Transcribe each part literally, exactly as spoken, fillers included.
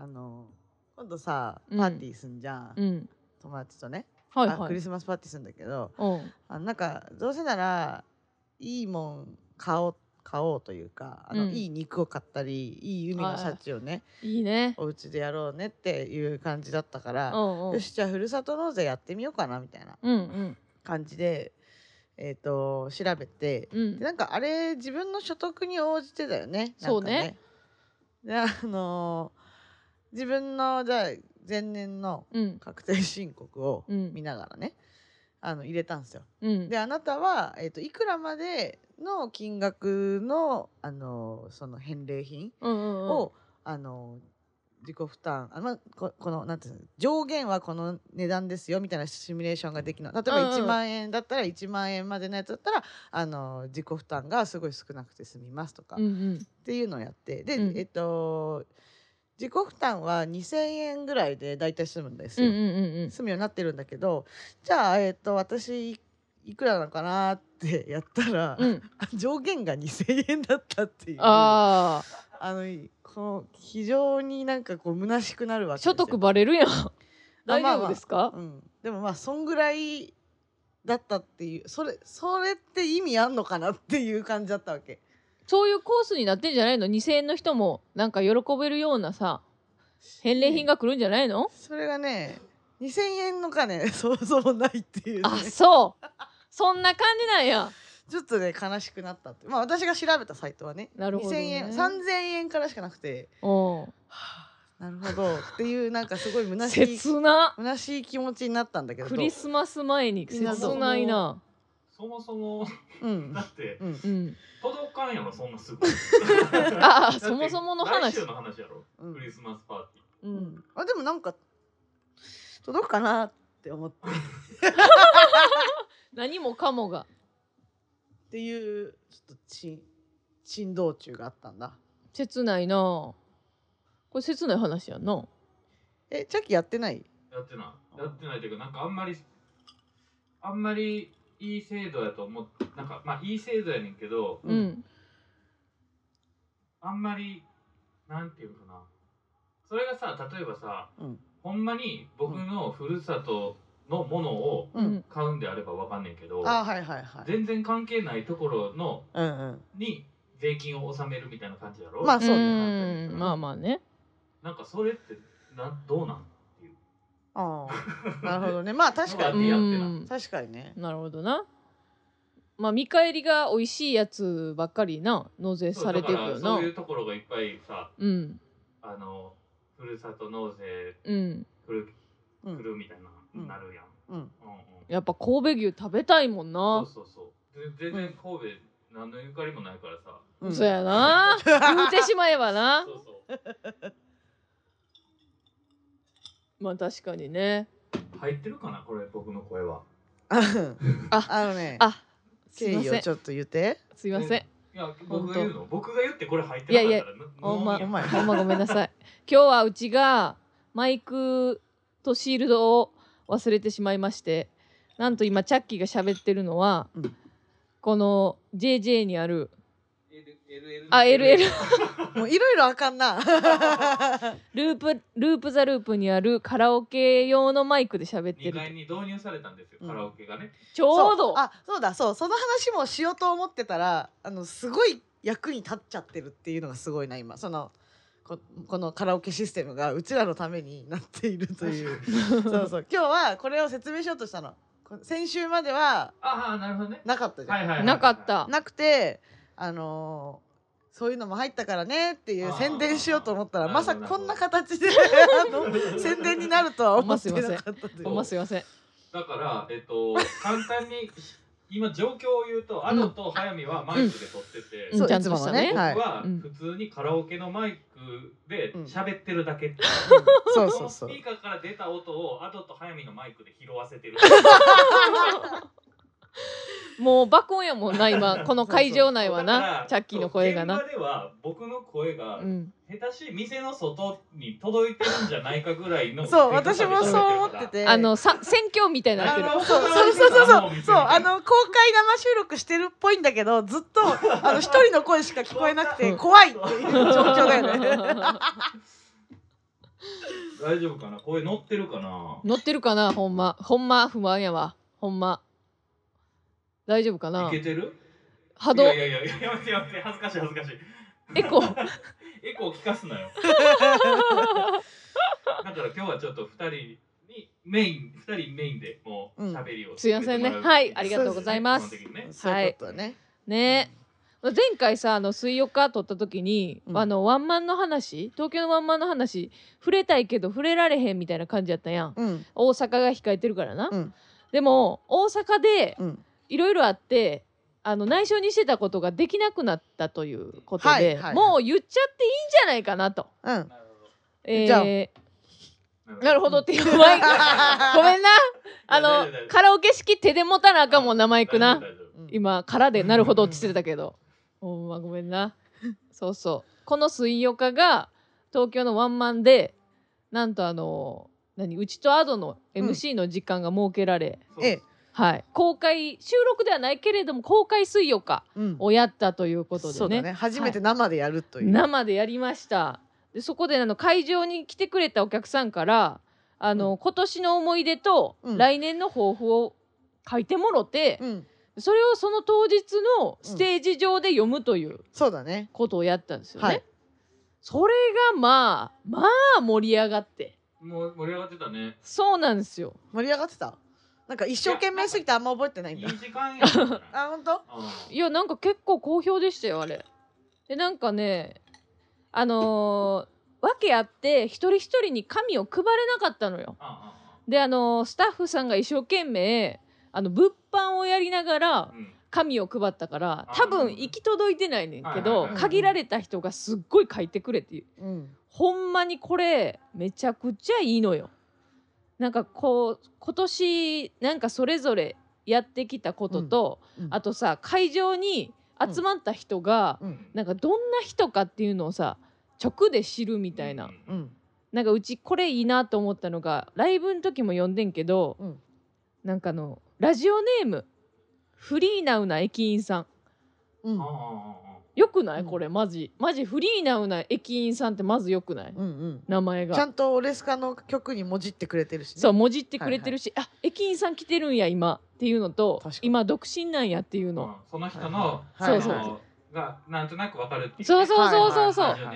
あの今度さパーティーすんじゃん、 うん、 友達とね、 はいはい、 あクリスマスパーティーするんだけど、 うん、 あなんかどうせならいいもん買おう買おうというかあの、うん、いい肉を買ったりいい海の幸をね、 いいね、 お家でやろうねっていう感じだったから、 うんうん、 よしじゃあふるさと納税やってみようかなみたいな感じで、うんうん、えーと調べて、うん、でなんかあれ自分の所得に応じてだよね。 そうね。 であのー、自分のじゃあ前年の確定申告を見ながらね、うん、あの入れたんですよ。うん、であなたは、えーと、いくらまでの金額の、あのー、その返礼品を、うんうんうん、あのー、自己負担あの こ, このなんていうの上限はこの値段ですよみたいなシミュレーションができるの。例えばいちまんえんだったらいちまんえんまでのやつだったら、あのー、自己負担がすごい少なくて済みますとか、うんうん、っていうのをやってで、うん、えっと自己負担はにせんえんぐらいでだいたい済むんですよ、うんうんうんうん、済むようになってるんだけど、じゃあ、えっと私いくらなのかなってやったら、うん、上限がにせんえんだったっていう、ああのこの非常になんかこう虚しくなるわけですよ。所得バレるやん大丈夫ですか、 まあまあうん、でもまあそんぐらいだったっていう、それそれって意味あんのかなっていう感じだったわけ。 そういうコースになってんじゃないの？にせんえんの人もなんか喜べるようなさ返礼品が来るんじゃないの、ね、 それがねにせんえんのかねそもそもないっていう、ね、 あそうそんな感じなんや。 ちょっとね悲しくなったって。まあ私が調べたサイトはね、なるほどね、にせんえんさんぜんえんからしかなくて、お、はあ、なるほどっていうなんかすごい虚しい切な虚しい気持ちになったんだけど、 クリスマス前に切ないな。 そもそも、うん、だって、うん、届かんやろそんなすぐああそもそもの話来週の話やろ、うん、クリスマスパーティー、うん、 あでもなんか届くかなって思って何もかもがっていうちょっとち珍道中があったんだ。 切ないな。これ切ない話やんな。 えチャキやってない？ やってないやってないというかなんかあんまりあんまりいい制度やと思ってなんかまあいい制度やねんけど、うん、あんまりなんていうかなそれがさ例えばさ、うん、ほんまに僕のふるさとのものを買うんであればわかんねんけど、うんあはいはいはい、全然関係ないところの、うんうん、に税金を納めるみたいな感じやろ。 まあそうね。 まあまあね。 なんかそれってなどうなんっていう。 ああなるほどね。まあ確かに、うん、確かにね。 なるほどな。まあ見返りが美味しいやつばっかりな納税されてるよな。 そういうところがいっぱいさ、うん、あのふるさと納税来る、うん、来るみたいな。なるやん、うんうんうん、 やっぱ神戸牛食べたいもんな。 そうそうそう全然神戸、うん、何のゆかりもないからさ、 うん、そうやな言うてしまえばなそうそうまあ確かにね。 入ってるかなこれ僕の声はああのねあ経緯をちょっと言ってすいません。 いや僕が言うの僕が言ってこれ入ってなかったらいやいやほんまほんまごめんなさい今日はうちがマイクとシールドを忘れてしまいまして、なんと今チャッキーが喋ってるのは、うん、この ジェイジェイ にあるエルエルあ エルエルもういろいろあかんなループループザループにあるカラオケ用のマイクで喋ってる。にかいに導入されたんですよ、うん、カラオケがねちょうどそうあそうだそうその話もしようと思ってたらあのすごい役に立っちゃってるっていうのがすごいな今そのこ, このカラオケシステムがうちらのためになっているというそうそう今日はこれを説明しようとしたの。先週まではあなるほど、ね、 なかったじゃん、はいはいはいはい、 なかったなくてあのー、そういうのも入ったからねっていう宣伝しようと思ったらまさかこんな形であの宣伝になるとは思ってなかったという。 ほんますいません。 だからえっと簡単に今状況を言うと、アドと早見はマイクで撮ってて、 うん、そういつもね。 僕は普通にカラオケのマイクで喋ってるだけって、 うん、そうそうそう。 スピーカーから出た音をアドと早見のマイクで拾わせてる。 もう爆音やもんな今この会場内はなチャッキーの声がな。 現場では僕の声が、うん、下手し店の外に届いてるんじゃないかぐらいのそう私もそう思っててあのさ選挙みたいになってる。 そうそうそうそうそうあの公開生収録してるっぽいんだけどずっとあの一人の声しか聞こえなくて怖いっていう状況だよね。 大丈夫かな、これ乗ってるかな。 乗ってるかな、ほんまほんま不満やわ、ほんま大丈夫かな。 いけてる？ 波動。 いやいやいや、やめてやめて、恥ずかしい恥ずかしい。 エコーエコー聞かすなよ。だから今日はちょっとふたりにメイン、ふたりメインでもう喋りを、うん、 すいませんね。はい、ありがとうございます。 ね、はい。ね。 ね。前回さ、あの水曜日撮った時に、うん、あのワンマンの話、東京のワンマンの話触れたいけど触れられへんみたいな感じやったやん、うん、大阪が控えてるからな、うん、でも大阪でいろいろあってあの内緒にしてたことができなくなったということで、はいはいはい、もう言っちゃっていいんじゃないかなと、うん、えー、なるほどっていうごめんなあのカラオケ式手で持たなあかんもん名前いくな、今空でなるほどって言ってたけどほんまごめんな。そうそう、この水曜日が東京のワンマンでなんとあの何うちとアドの エムシー の時間が設けられ、うん、はい、公開収録ではないけれども公開水曜日をやったということで ね,、うん、そうだね、 初めて生でやるという、 はい、生でやりました。でそこであの会場に来てくれたお客さんからあの、うん、今年の思い出と来年の抱負を書いてもろて、うん、それをその当日のステージ上で読むということをやったんですよね、うん、はい、それがまあまあ盛り上がって、 もう盛り上がってたね。 そうなんですよ、 盛り上がってた。なんか一生懸命すぎてあんま覚えてないんだ。 いい時間やあ、本当？ いやなんか結構好評でしたよあれ。でなんかねあのー、訳あって一人一人に紙を配れなかったのよ。であのー、スタッフさんが一生懸命あの物販をやりながら紙を配ったから多分行き届いてないねんけど限られた人がすっごい書いてくれて、うん、ほんまにこれめちゃくちゃいいのよ。なんかこう今年なんかそれぞれやってきたことと、うんうん、あとさ会場に集まった人が、うん、なんかどんな人かっていうのをさ直で知るみたいな、うん、なんかうちこれいいなと思ったのがライブの時も読んでんけど、うん、なんかのラジオネームフリーナウな駅員さん、うん、よくない、うん、これマジマジフリーナウな駅員さんってまずよくない、うんうん、名前がちゃんとオレスカの曲にもじってくれてるし、ね、 そうもじってくれてるし、はいはい、あ駅員さん来てるんや今っていうのと今独身なんやっていうの、うん、 その人の、 はいはい、そうそうがなんとなくわかるっていう、ね、 そうそうそうそうそう、はいはい、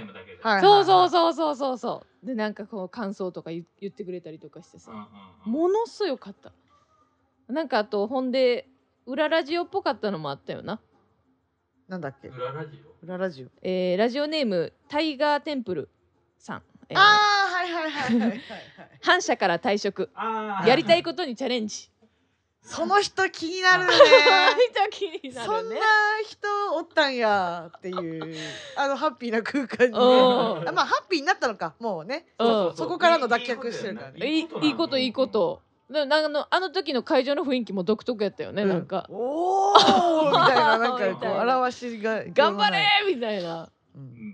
そうそうそうそうそうそうでなんかこう感想とか言ってくれたりとかしてさ、うんうんうん、ものすごよかった。なんかあとほんで裏ラジオっぽかったのもあったよな。 なんだっけ裏ラジオ裏ラジオ、 えー、ラジオネームタイガーテンプルさん、 えー、あーはいはいはいはいはい反社から退職、やりたいことにチャレンジ。 その人気になるね気になるね。 そんな人おったんやっていうあのハッピーな空間に、ね、あまあハッピーになったのかもうね、そ, そこからの脱却してるからね。 いいこといいこと。あのあの時の会場の雰囲気も独特やったよね、うん、なんかおーみたいななんかこう表しが頑張れーみたいな、 うん、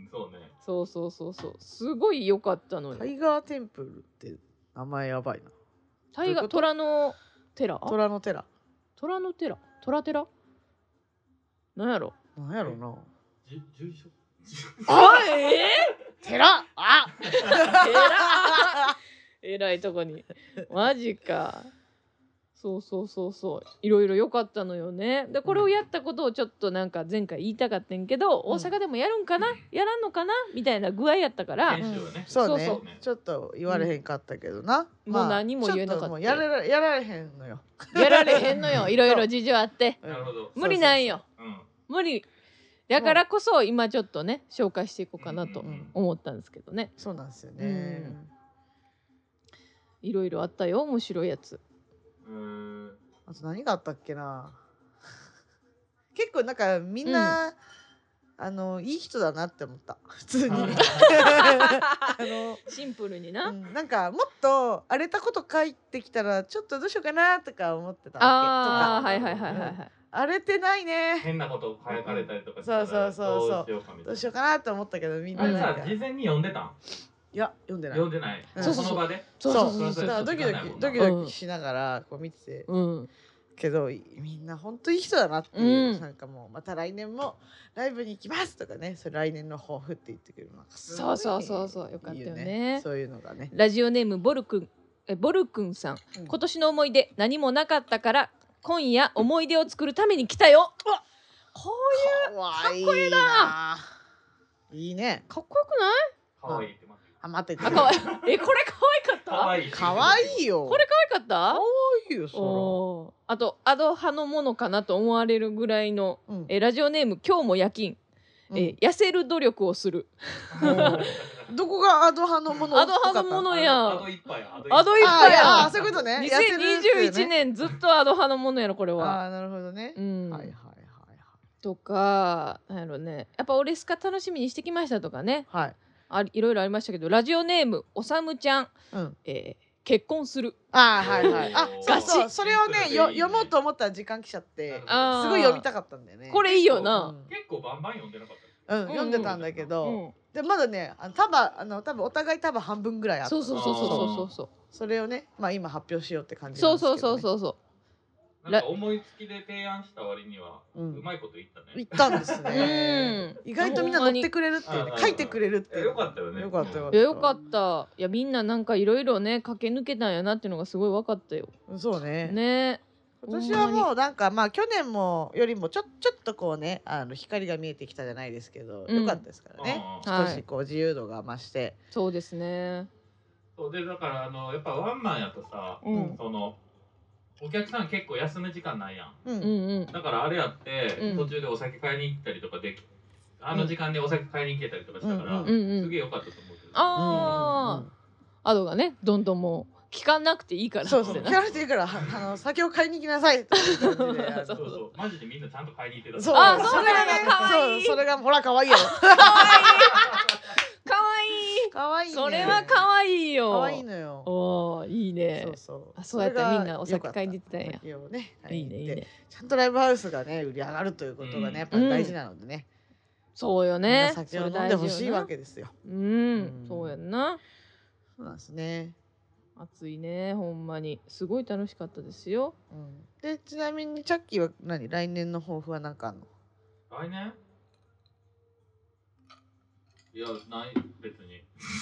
そうね、 そうそうそうそうすごい良かったのよ。 タイガーテンプルって名前やばいな。 タイガー虎の寺虎の寺虎の寺虎寺なんやろなんやろなじ住所あえー、寺あ寺えらいとこにマジか。そうそうそうそういろいろ良かったのよね。でこれをやったことをちょっとなんか前回言いたかったんけど、うん、大阪でもやるんかな、うん、やらんのかなみたいな具合やったから、うん、 そうね、そうそうちょっと言われへんかったけどな、 うんまあ、もう何も言えなかった。 もうやらやられへんのよやられへんのよいろいろ事情あってなるほど無理なんよ、そうそうそう、うん、無理だからこそ今ちょっとね紹介していこうかなと思ったんですけどね、 そうなんですよね、 いろいろあったよ面白いやつ。 うーんあと何があったっけな結構なんかみんな、うん、あのいい人だなって思った普通にあのシンプルにな、 うん、なんかもっと荒れたこと書いてきたらちょっとどうしようかなとか思ってたわけとか、 あはいはいはいはいはい、うん、 荒れてないね。 変なこと書かれたりとかしたら、うん、そうそうそうそうどうしようかなと思ったけどみんなあれさ事前に読んでたん？ いや読んでない読んでない、うん、その場でそうそうそうそうドキドキドキドキしながらこう見てて、うん、 けどみんな本当いい人だなっていう、うん、なんかもうまた来年もライブに行きますとかね、それ来年の抱負って言ってくれるのがそうそうそうそう、よかったよね。 そういうのがね。 ラジオネームボルくんえボルくんさん、うん、今年の思い出何もなかったから今夜思い出を作るために来たよ。こういうかっこいいな。 いいね。 かっこよくない？ かわいいって待って。 あ、待って。 あ、かわいい。え、これかわいかった？ かわいい。 かわいいよ。 これかわいかった？かわいいよ、そら。あとアド派のものかなと思われるぐらいの、うん、えラジオネーム今日も夜勤、うん、え痩せる努力をする。 どこがアド派のもの？ アド派のものや。 アド一杯。 アド一杯や。 あ、そういうことね。 にせんにじゅういちねんずっとアド派のものやろこれは。 あ、なるほどね。 うん。 はいはいはいはい。 とか、なんやろね。やっぱオレスカ楽しみにしてきましたとかね。 はい。 あいろいろありましたけど、ラジオネームおさむちゃん、うん、えー、結婚する。 あ、はいはい。あ、そうそう、それをねよ読もうと思ったら時間来ちゃって、すごい読みたかったんだよね。 これいいよな。 結構バンバン読んでなかった。 うん、読んでたんだけど、でまだね、あの多分あの多分お互い多分半分ぐらいあった。 そうそうそうそうそうそう。 それをね、まあ今発表しようって感じなんですけどね。 そうそうそうそうそう。 なんか思いつきで提案した割にはうまいこと言ったね。 言ったんですね。意外とみんな乗ってくれるって書いてくれるって。 よかったよね。 よかったよ。 よかった。いやみんななんかいろいろね駆け抜けたんやなっていうのがすごい分かったよ。 そうね。 ね。 今年はもうなんかまあ去年もよりもちょちょっとこうね、あの光が見えてきたじゃないですけど、よかったですからね。少しこう自由度が増して。 そうですね。 そうでだからあのやっぱワンマンやとさ、そのお客さん結構休む時間ないやん。うんうん、だからあれやって、うん、途中でお酒買いに行ったりとかでき、あの時間でお酒買いに行けたりとかしたから、うんうん、すげえ良かったと思うけど。 ああ、アドがね、どんどんもう聞かなくていいから。 そうそう、聞かなくていいから、あの酒を買いに行きなさいっていう感じで。 そうそう、マジでみんなちゃんと買いに行ってた。 そう、あ、それがね、そう、それがほら可愛いやろ。 可愛い。可愛い。 可愛い。 それは可愛いよ。 可愛いのよ。 おー、いいね。 そうそう。 あ、そうやったらみんなお酒買いに行ってたんや。 いいね、いいね。ちゃんとライブハウスがね売り上がるということがねやっぱり大事なのでね。 そうよね。 酒を飲んでほしいわけですよ。 うん、そうやんな。 そうなんですね。 暑いね、ほんまにすごい楽しかったですよ。 でちなみにチャッキーは何来年の抱負は何かあるの？ 来年？いやない別に。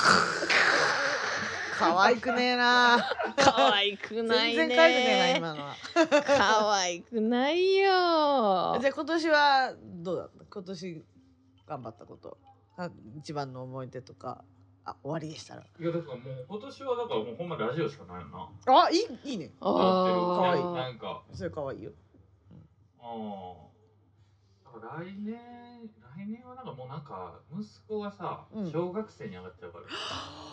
可愛くねえな。 可愛くないね。 全然可愛くねえな今のは。 可愛くないよ。じゃあ今年はどうだった？今年頑張ったこと、一番の思い出とか、あ終わりでしたら。 いやだからもう今年はだからもうほんまラジオしかないな。 あいいいいね。 あ可愛い。 なんかそれ可愛いよ。 ああ。来年来年はなんかもうなんか息子がさ、うん、小学生に上がっちゃうから、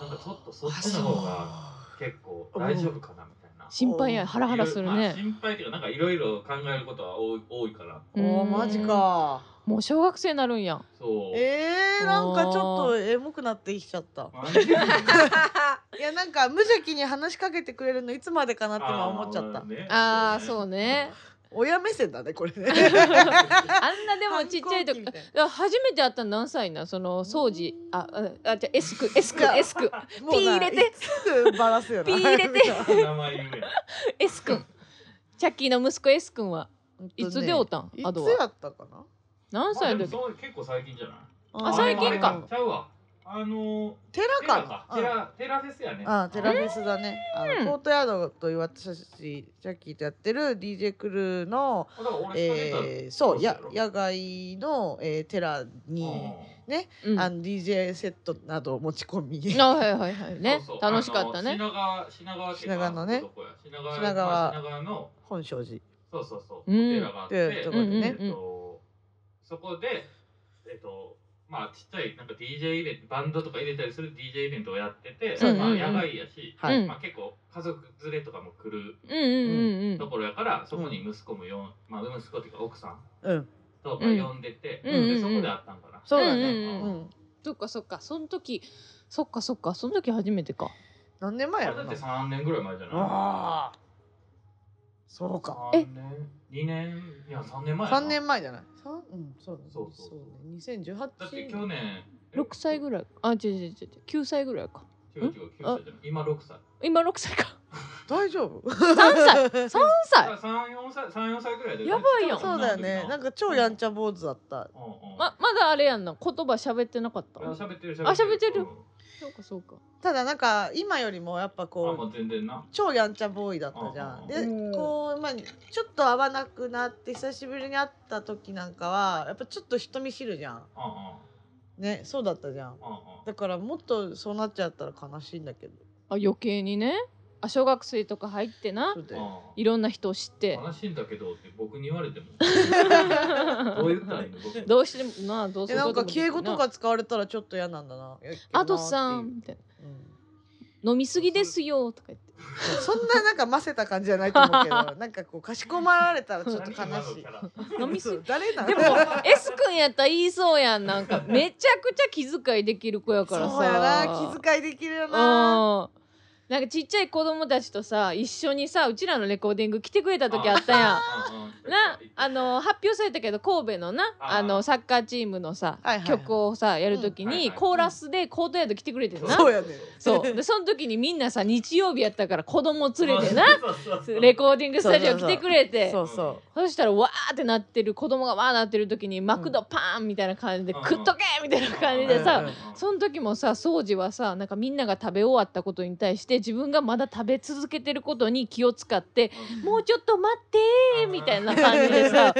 なんかちょっとそっちの方が結構大丈夫かなみたいな心配やハラハラするね、 まあ、心配っていうかなんかいろいろ考えることは多い、多いからおーマジかもう小学生になるんやんそうえー、なんかちょっとエモくなってきちゃったいやなんか無邪気に話しかけてくれるのいつまでかなって今思っちゃったあ、 ね、あーそうね親目線だねこれねあんなでもちっちゃい時初めて会ったの何歳なその掃除ああじゃあエスクエスクエスクピー入れてすぐバラすよなピー入れてエス君チャッキーの息子エス君はいつでおったん、 ね、いつやったかな何歳の時、 まあ、結構最近じゃないあ最近かちゃうわあのテラかテラテラフェスやね。 あテラフェスだね。あのコートヤードという私たちジャッキーとやってる ディージェー クルーのえー、そうや野外の、えー、テラにね、うん、あの ディージェー セットなどを持ち込み。 あはいはいはいねそうそう楽しかったね。 品川品川品川のね品川品川品川の本證寺。 そうそうそう。うん、お寺があって、 ところでね、 えっとそこでえっと。まあちっちゃいなんか ディージェー イベントバンドとか入れたりする ディージェー イベントをやってて、うんうんうん、まあ野外やし、はい、まあ結構家族連れとかも来るところやから、そこに息子もよん、まあ息子っていうか奥さんとか呼んでて、うん、でそこで会ったんかな。 そうだね。 うんうん、そっかそっかその時そっかそっかその時初めてか。 何年前やろな。 だってさんねんぐらい前じゃない。 ああ。そうか。 え、にねんいやさんねんまえ。 さんねんまえじゃない。うん、そうだね。 そうそうそうね。 にせんじゅうはちだって去年ろくさいぐらい。あ、違う違う違うきゅうさいぐらいか。 違う違うきゅうさいじゃない。今ろくさい。 今ろくさいか。 大丈夫？ さんさいさんさいさん、よんさいさん、よんさいぐらいでやばいやん。 そうだよね。なんか超やんちゃ坊主だった。 ままだあれやんな、言葉喋ってなかった。 喋ってるあ喋ってる。そうかそうか。 ただなんか今よりもやっぱこう全然な超やんちゃボーイだったじゃん。でこうまあちょっと会わなくなって久しぶりに会った時なんかはやっぱちょっと人見知るじゃん。ね、そうだったじゃん。だからもっとそうなっちゃったら悲しいんだけど。 あ余計にね。あ小学生とか入ってな、いろんな人を知って悲しいんだけどって僕に言われてもどう言ったらいいの僕どうしてもなどうせなんか敬語とか使われたらちょっと嫌なんだな。 あとさんみたいな、飲みすぎですよとか言って。 そんななんかませた感じじゃないと思うけどなんかこうかしこまられたらちょっと悲しい。 飲みすぎ誰なの？ でも S 君やったら言いそうやん。なんかめちゃくちゃ気遣いできる子やからさ。 そうやな、気遣いできるよな。 なんかちっちゃい子供たちとさ一緒にさうちらのレコーディング来てくれた時あったやん。なあの発表されたけど神戸のなあのサッカーチームのさ曲をさやる時にコーラスでコートヤード来てくれてんな。 そうやね。 そうでその時にみんなさ日曜日やったから子供連れてなレコーディングスタジオ来てくれて、 そうそうそしたらわーってなってる子供がわーなってる時にマクドパーンみたいな感じで食っとけみたいな感じでさ、その時もさ掃除はさなんかみんなが食べ終わったことに対して自分がまだ食べ続けてることに気を使ってもうちょっと待ってーみたいな感じでさ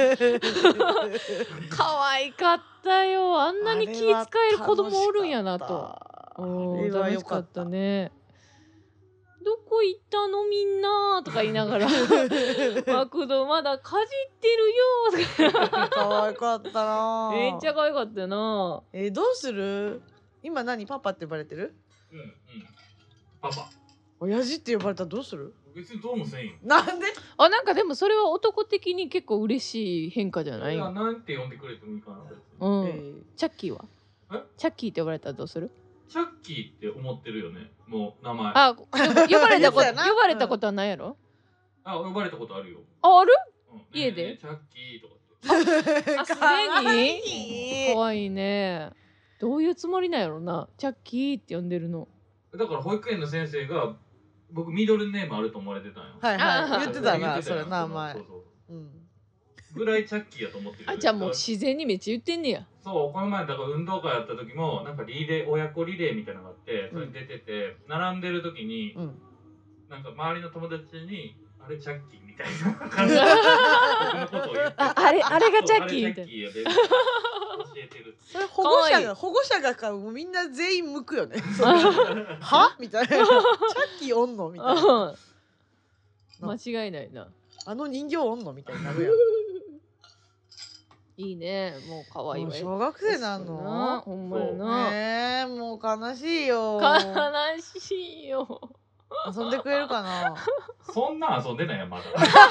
可愛かったよ。あんなに気使える子供おるんやなと。楽しかったね。どこ行ったのみんなとか言いながらマクドまだかじってるよとか可愛かったな。 めっちゃ可愛かったよな。 えー、どうする？今何パパって呼ばれてる？ うんうんパパ。 親父って呼ばれたらどうする？ 別にどうもせんよ。 なんで？ あなんかでもそれは男的に結構嬉しい変化じゃない？ いやなんて呼んでくれてもいいかな。 うん、えー、チャッキーは？え？チャッキーって呼ばれたらどうする？ チャッキーって思ってるよね。もう名前。 あ呼ばれたこと呼ばれたことはないやろ？ あ呼ばれたことあるよ。 あある？ うん、 家で？ チャッキーとかって。 あすでに？可愛いね。どういうつもりなんやろな。チャッキーって呼んでるの。 だから保育園の先生が僕ミドルネームあると思われてたんよ。 はいはい言ってたなそれ名前。そうそう。うん。ぐらいチャッキーやと思ってる。 あじゃあもう自然にめっちゃ言ってんねや。 そうこの前だから運動会やった時もなんかリレー親子リレーみたいなのがあってそれに出てて、うん、並んでる時に、うん、なんか周りの友達にあれチャッキーみたいな感じで僕のことを言ってああれあれがチャッキーみたいな。 教えてる。 それ保護者が保護者がかもうみんな全員向くよね。はみたいな。チャッキーおんのみたいな。 間違いないな。 あの人形おんのみたいになるやん。 いいね、もう可愛いわ。 小学生なの？ ほんまやな。 えー、もう悲しいよ。 悲しいよ。 遊んでくれるかな。 そんな遊んでないやまだ。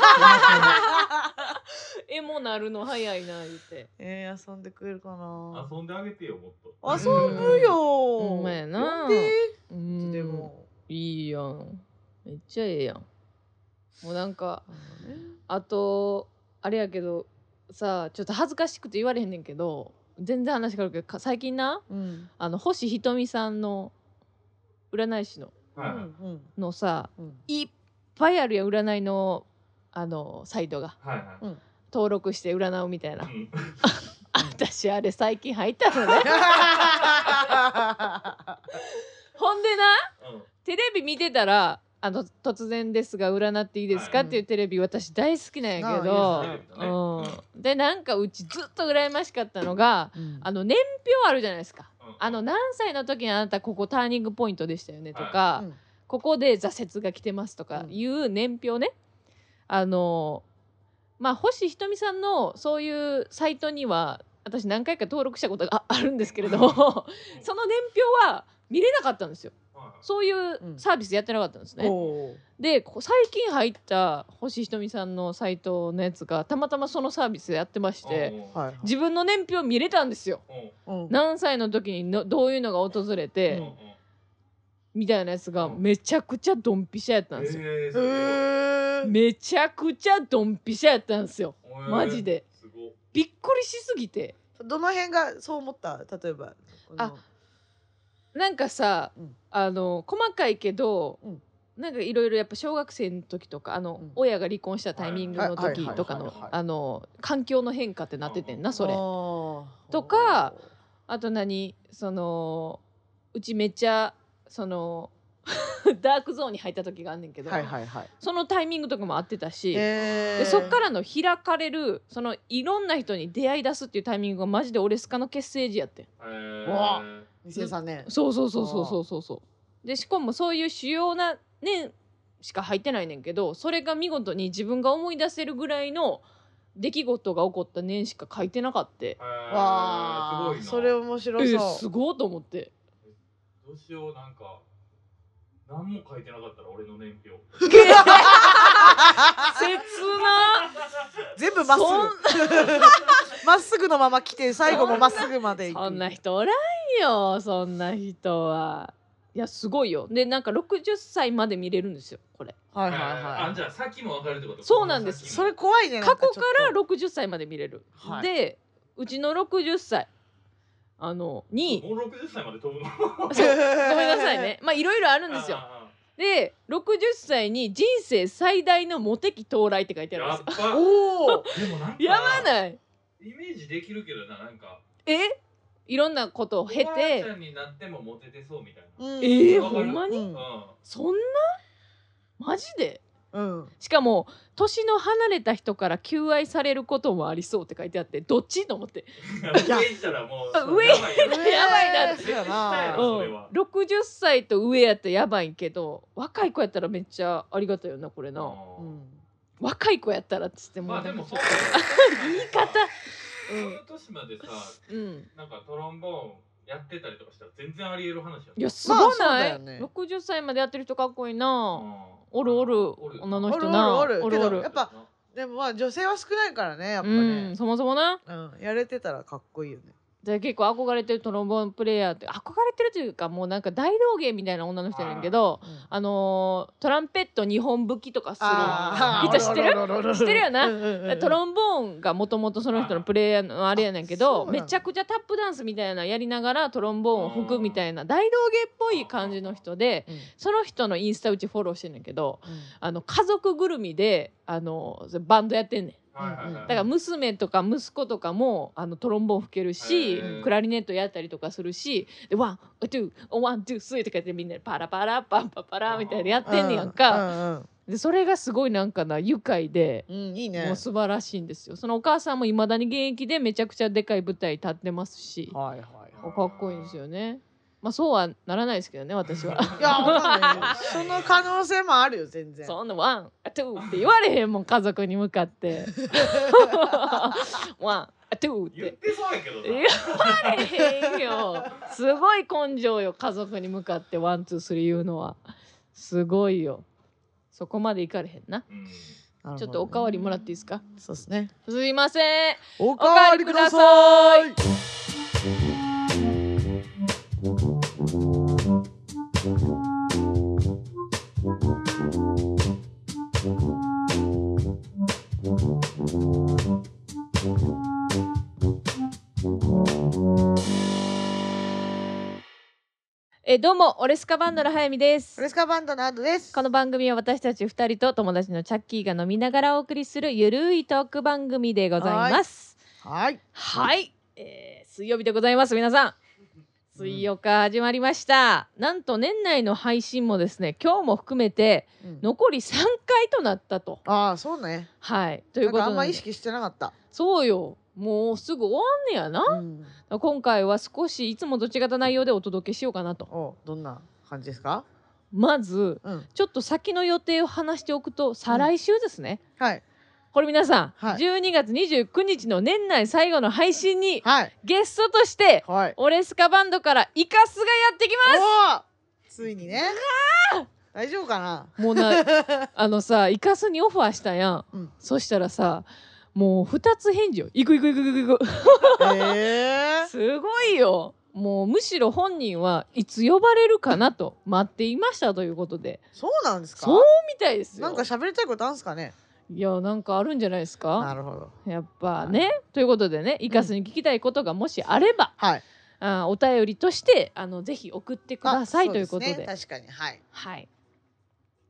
えもなるの早いな言って。 えー、遊んでくれるかな。 遊んであげてよもっと。 遊ぶよ。 ほんまやな。 うん。でもいいやん。めっちゃええやん。もうなんかあとあれやけどさちょっと恥ずかしくて言われへんねんけど全然話変わるけど最近な、うん、あの星ひとみさんの占い師の、はい、のさ、うん、いっぱいあるやん占いのあのサイトが、はいはい、登録して占うみたいな、うん、私あれ最近入ったのねほんでな、うん、テレビ見てたらあの突然ですが占っていいですか、はい、っていうテレビ私大好きなんやけど、うん、でなんかうちずっと羨ましかったのが、うん、あの年表あるじゃないですか、うん、あの何歳の時にあなたここターニングポイントでしたよねとか、はい、ここで挫折が来てますとかいう年表ね、あのまあ星ひとみさんのそういうサイトには私何回か登録したことがあるんですけれどもその年表は見れなかったんですよ。そういうサービスやってなかったんですね、うん、で最近入った星ひとみさんのサイトのやつがたまたまそのサービスやってまして、自分の年表見れたんですよ、うん、何歳の時にのどういうのが訪れて、うん、みたいなやつがめちゃくちゃドンピシャやったんですよ、えー、めちゃくちゃドンピシャやったんですよ、えー、マジでびっくりしすぎて。 どの辺がそう思った？例えばあなんかさ、うん、あの細かいけど、うん、 なんかいろいろやっぱ小学生の時とかあの、うん、親が離婚したタイミングの時とかのあの環境の変化ってなっててんなそれとかあと何そのうちめっちゃそのダークゾーンに入った時があんねんけど、はいはいはい、そのタイミングとかもあってたし、えー、でそっからの開かれるそのいろんな人に出会い出すっていうタイミングがマジでオレスカの結成時やってん、えー、にせんさんねんそうそうそうそうそうそうそうでしかもそういう主要な年しか入ってないねんけどそれが見事に自分が思い出せるぐらいの出来事が起こった年しか書いてなかった、えー、わーそれ面白そう、えー、 すごいと思ってどうしようなんか何も書いてなかったら俺の年表切な全部まっすぐまっすぐのまま来て最後もまっすぐまで行くそんな人おらんよそんな人はいやすごいよでなんかろくじゅっさいまで見れるんですよこれはいはいはいあじゃあ先も分かるってことそうなんですそれ怖いね過去からろくじゅっさいまで見れる、はい、でうちのろくじゅっさいあのにもうろくじゅっさいまで飛ぶのごめんなさいねまあいろいろあるんですよでろくじゅっさいに人生最大のモテ期到来って書いてあるんですよおおでもなんかやばないイメージできるけどななんかえいろんなことを経ておばあちゃんになってもモテてそうみたいな、 うん、えー、ほんまに、うん、そんなマジでうん、しかも年の離れた人から求愛されることもありそうって書いてあってどっちと思って上したらもう上やばいなってろくじゅっさいと上やったらやばいけど若い子やったらめっちゃありがたいよなこれな、うん、若い子やったらっつってもまあでもそう言い方その年までさ、うん、なんかトロンボーンやってたりとかしたら全然ありえる話やん。 いやすごない、ね、ろくじゅっさいまでやってる人かっこいいな、うん、おるおる女の人なおるおるおるやっぱでもまあ女性は少ないからねやっぱね、 うん、そもそもな、 うん、やれてたらかっこいいよねで結構憧れてるトロンボーンプレイヤーって憧れてるというかもうなんか大道芸みたいな女の人やねんけど、うん、あのー、トランペットにほん吹きとかする人知ってる知ってるよな、うんうんうん、トロンボーンがもともとその人のプレイヤーのあれやねんけどめちゃくちゃタップダンスみたいなやりながらトロンボーンを吹くみたいな大道芸っぽい感じの人で、うん、その人のインスタうちフォローしてんねんけど、うん、あの家族ぐるみであのバンドやってんねんだから娘とか息子とかもあのトロンボーン吹けるしクラリネットやったりとかするしでワン、ツー、ワン、ツー、スリーとかやってみんなでパラパラパンパパラみたいなやってんねやんかでそれがすごいなんかな愉快で、うん、いいね、もう素晴らしいんですよ。そのお母さんもいまだに現役でめちゃくちゃでかい舞台立ってますし、はいはいはい、かっこいいんですよね。まあそうはならないですけどね私は。 いやわかんないその可能性もあるよ全然。 そんなワン、ツーって言われへんもん家族に向かって。ワン、ツーって。 言ってそうやけどな。 言われへんよ。すごい根性よ家族に向かってワン、ツー、スリー言うのは。すごいよ。そこまでいかれへんな。うん、ちょっとおかわりもらっていいですか。 そうですね。 すいません。 おかわりください。 えどうもオレスカバンドの早見です。 オレスカバンドのアドです。 この番組は私たちふたりと友達のチャッキーが飲みながらお送りするゆるいトーク番組でございます。 はいはい、えー、水曜日でございます。皆さん水曜日始まりました、うん、なんと年内の配信もですね今日も含めて残りさんかいとなったと、 うん、ああそうねはいということであんま意識してなかった。 そうよもうすぐ終わんねやな、うん、今回は少しいつもと違った内容でお届けしようかなと。 おどんな感じですか。 まず、うん、ちょっと先の予定を話しておくと再来週ですね、 うん、はいこれ皆さん、はい、じゅうにがつにじゅうくにちの年内最後の配信に、はい、ゲストとして、はい、オレスカバンドからイカスがやってきます。ついにね大丈夫かな。 もうなあのさイカスにオファーしたやん、うん、そしたらさもうふたつ返事よ。行く行く行く行く行くえー、すごいよ。もうむしろ本人はいつ呼ばれるかなと待っていましたということで。 そうなんですか。 そうみたいですよ。 なんか喋りたいことあるんですかね。 いやなんかあるんじゃないですか。 なるほどやっぱね、はい、ということでねイカスに聞きたいことがもしあれば、うんはい、あお便りとしてあのぜひ送ってくださいということで、 確かにはい、 はい、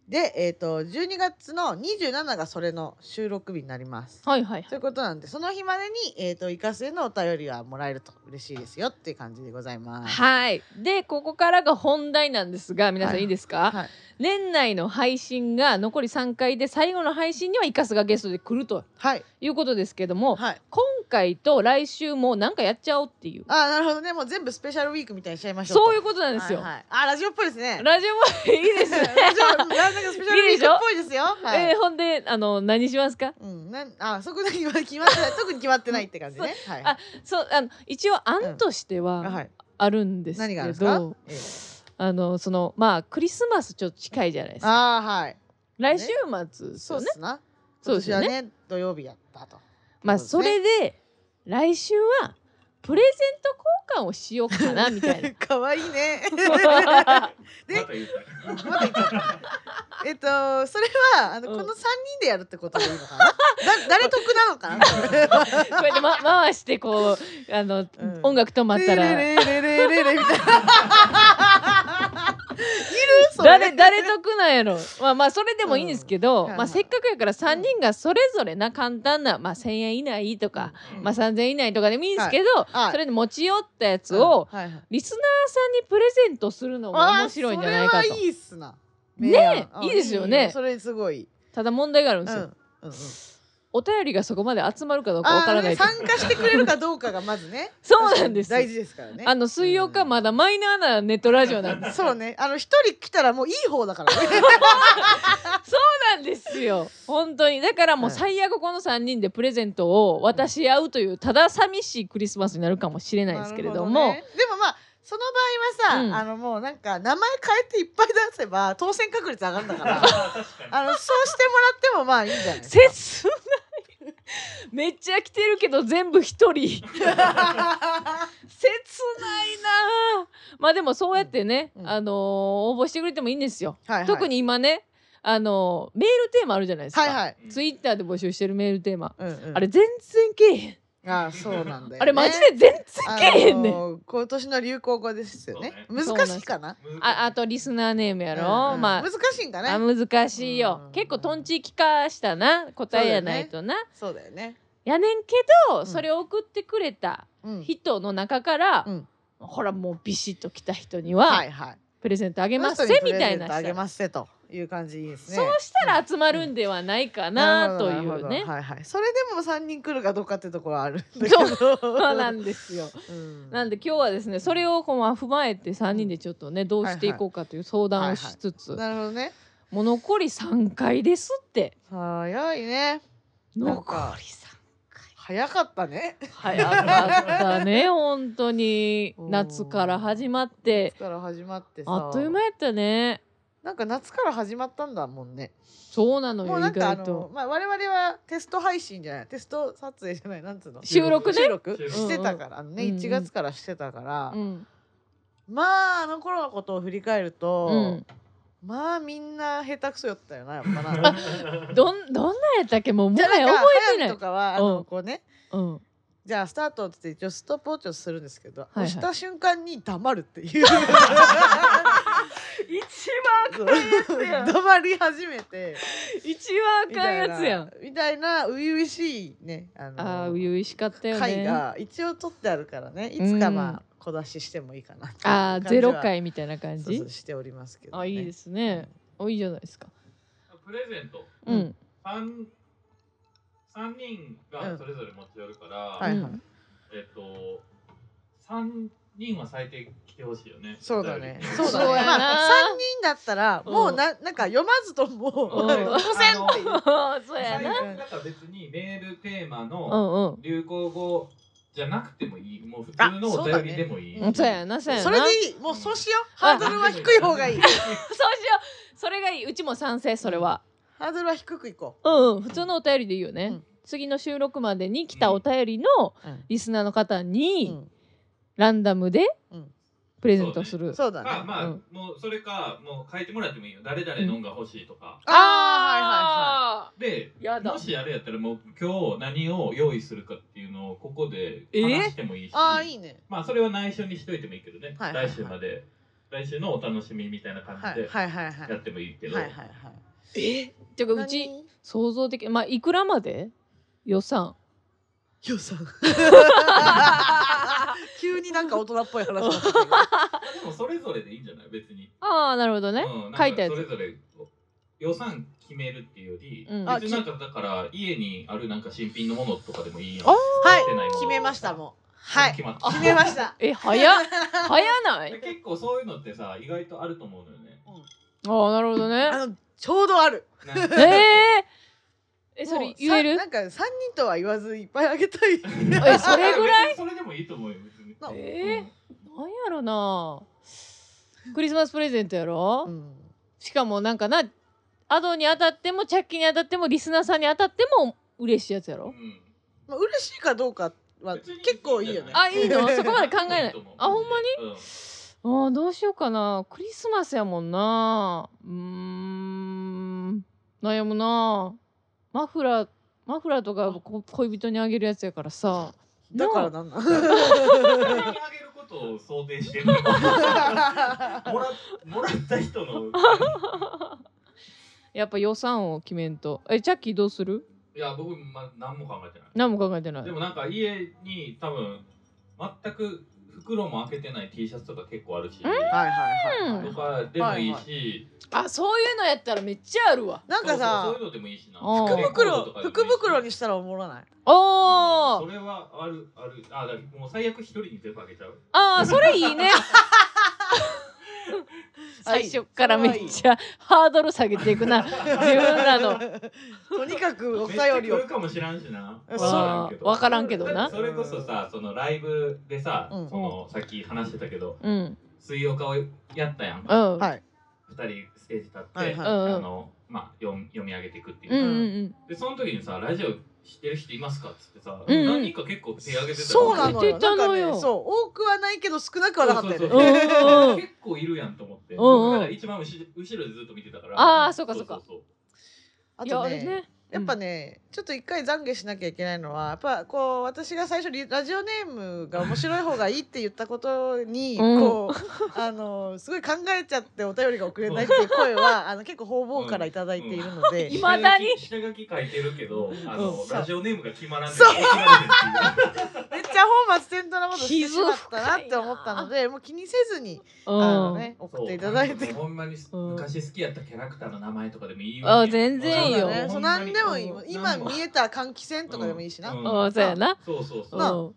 で、えー、とじゅうにがつのにじゅうしちがそれの収録日になります。 はいはい、はい、 ということなんで、その日までに、えー、とイカスへのお便りはもらえると嬉しいですよっていう感じでございます。 はい。でここからが本題なんですが、皆さんいいですか、はいはい、年内の配信が残りさんかいで、最後の配信にはイカスがゲストで来ると、はい、いうことですけども、はい、今回と来週もなんかやっちゃおうっていう。 あ、なるほどね。もう全部スペシャルウィークみたいにしちゃいましょうと。 そういうことなんですよ。はいはい、 あ、ラジオっぽいですね。 ラジオっぽいいいですね。ラジオなんかスペシャルウィークっぽいですよ。 はい、えー、ほんであの何しますか？ うん、なんあそこで決まってない特に決まってないって感じね。はい、 あ、そうあの一応案としては、うん、はい、あるんですけど。何があるんですか？えー、あのそのまあクリスマスちょっと近いじゃないですか。 あ、はい。 来週末ですよね。 そうですよね。土曜日やったと。 まあそれで来週はプレゼント交換をしようかなみたいな。 可愛いね。で、また言っちゃった。えっとそれはあの、うん、このさんにんでやるってことでいいのかな。だ誰得なのかな。 これで、ま、回してこうあの、うん、音楽止まったら。レレレレレレみたいな。いる誰誰得なんやろ。まあまあそれでもいいんですけど、うん、まあせっかくやからさんにんがそれぞれな簡単な、まあ、せんえん以内とか、うん、まあさんぜんえん以内とかでもいいんですけど、はい、それで持ち寄ったやつを、はいはい、リスナーさんにプレゼントするのも面白いんじゃないかと。 それはいいっすな。 ねえ、いいですよね。 それすごい。 ただ問題があるんですよ。うんうんうん、お便りがそこまで集まるかどうかわからない、 ね、参加してくれるかどうかがまずね。 そうなんです。 大事ですからね。 あの水曜かまだマイナーなネットラジオなんです。 そうね。あの一人来たらもういい方だからね。そうなんですよ。本当にだからもう最悪このさんにんでプレゼントを渡し合うというただ寂しいクリスマスになるかもしれないですけれども。 ね、でもまあその場合はさ、うん、あのもうなんか名前変えていっぱい出せば当選確率上がるんだから。あのそうしてもらってもまあいいんじゃないですか。 切ない。めっちゃ来てるけど全部一人。切ないな。まあでもそうやってね、うん、あのー、応募してくれてもいいんですよ。はいはい、特に今ね、あのー、メールテーマあるじゃないですか。はいはい、ツイッターで募集してるメールテーマ、うんうん、あれ全然けえへん。 ああ、そうなんだよ、ね、 あれマジで全然けえへんねん、あのー、今年の流行語ですよね。難しいかな。 あ、あとリスナーネームやろ、うんうん、まあ難しいんかね。 あ、難しいよ、うん、結構とんち聞かしたな答えやないとな。 そうだよね。 やねんけど、うん、それを送ってくれた人の中から、うん、ほらもうビシッと来た人には、はいはい、プレゼントあげますせみたいな。 あげますせという感じですね。 そうしたら集まるんではないかな、うん、というね。 はいはい。それでもさんにん来るかどうかってところはあるんだけど。 そうなんですよ。うん、なんで今日はですね、それをこう踏まえてさんにんでちょっとね、どうしていこうかという相談をしつつ。 なるほどね。 もう残りさんかいですって。 早いね。 残りさん。 早かったね。 早かったね。本当に夏から始まって夏から始まってさ、 あっという間やったね。 なんか夏から始まったんだもんね。 そうなのよ。 もうなんかあの、まあ、我々はテスト配信じゃないテスト撮影じゃないなんつうの収録ね収録してたから、うんうん、ねいちがつからしてたから、うん、まああの頃のことを振り返ると、うん、まあみんな下手くそやったよなやっぱな。 どんどんなやったっけもうもはや覚えてない。 とかはあのこうね、うん、じゃあスタートって言って一応ストップウォッチをするんですけど、はいはい、押した瞬間に黙るっていう。 一番あかんやつやん。 黙り始めて一番あかんやつやんみたいな初々しいね、 あのあ初々しかったよね。 回が一応取ってあるからね、いつかまあ小出ししてもいいかなってあゼロ回みたいな感じそうそうしておりますけど、ね、 あいいですね、うん、おいいじゃないですか。 プレゼント、 うん、 3, 3人がそれぞれ持ち寄るから、うん、はいはい、えっとさんにんは最低来てほしいよね。 そうだね。そうだね。まあさんにんだったらもうななんか読まずともごせんっていう。 そうやな。 なんか別にメールテーマの流行語じゃなくてもいい。もう普通のお便りでもいい。 そうやな、そうやな。 それでいい。もうそうしよう。ハードルは低い方がいい。そうしよう。それがいい。うちも賛成それは。 ハードルは低くいこう。うんうん。普通のお便りでいいよね。次の収録までに来たお便りのリスナーの方に。ランダムでプレゼントする。 そうだね。 まあまあ、もうそれかもう書いてもらってもいいよ。誰々のんが欲しいとか。 ああはいはいはい。 で、もしあれやったらもう今日何を用意するかっていうのをここで話してもいいし。ああいいね。まあそれは内緒にしといてもいいけどね。来週まで来週のお楽しみみたいな感じでやってもいいけど。 え、てかうち想像的、まあいくらまで予算？ 予算。急になんか大人っぽい話になったけど。でもそれぞれでいいんじゃない別に。 ああなるほどね。書いたやつ。 それぞれ予算決めるっていうより、別になんかだから家にあるなんか新品のものとかでもいいやん。 はい、決めましたもん。はい、決めました。 え、早っ早ない？ 結構そういうのってさ意外とあると思うのよね。 ああなるほどね。 あのちょうどある。 ええ。え、それ言える？ なんか三人とは言わずいっぱいあげたい。 え、それぐらい？ それでもいいと思うよ別に。 ええ、なんやろな。クリスマスプレゼントやろ？しかもなんかな、アドに当たってもチャッキーに当たってもリスナーさんに当たっても嬉しいやつやろ？ まあ嬉しいかどうかは結構いいよね。 あ、いいの？そこまで考えない。あ、ほんまに？あ、どうしようかな。クリスマスやもんな。うーん、悩むな。マフラーマフラーとか恋人にあげるやつやからさ。 だからなんなん？ 人にあげることを想定してるの。もらもらった人の。 やっぱ予算を決めんと。え、チャッキーどうする？ いや僕ま何も考えてない。 何も考えてない。 でもなんか家に多分全く袋も開けてない T シャツとか結構あるし。はいはいはい。とかでもいいし。 あ、そういうのやったらめっちゃあるわ。 なんかさ、 そういうのでもいいしな。 福袋福袋にしたらおもろない？ おお。 それはあるある。あ、だからもう最悪一人に全部あげちゃう。 ああ、それいいね。最初からめっちゃハードル下げていくな。自分らの。 とにかくお便りを。 来るかもしらんしな。 わからんけどな。 それこそさ、そのライブでさ、そのさっき話してたけど、水曜化をやったやん。はい。二人ステージ立って、あのまあ読み上げていくっていう。でその時にさ、ラジオ知ってる人いますかっつってさ、何人か結構手挙げてた。 そうなのよ。なんかね、そう多くはないけど少なくはなかったよね。 結構いるやんと思って。僕だから一番後ろでずっと見てたから。 ああ、そうかそうか。 あとね。やっぱね、うん、ちょっと一回懺悔しなきゃいけないのはやっぱこう私が最初ラジオネームが面白い方がいいって言ったことに、うん、こうあのすごい考えちゃってお便りが送れないっていう声はあの結構方々からいただいているので、 いま、うん、だに下書き書いてるけど、あの、うん、ラジオネームが決まらない。 そうめっちゃ本末転倒なことしてしまったなって思ったのでもう気にせずに、うん、あのね送っていただいて、 ほんまに昔好きやったキャラクターの名前とかでもいいよ、 ね。あ、全然いいよ。 そうなんでもいい。今見えた換気扇とかでもいいしな。 あ、そうやな。 そうそうそう。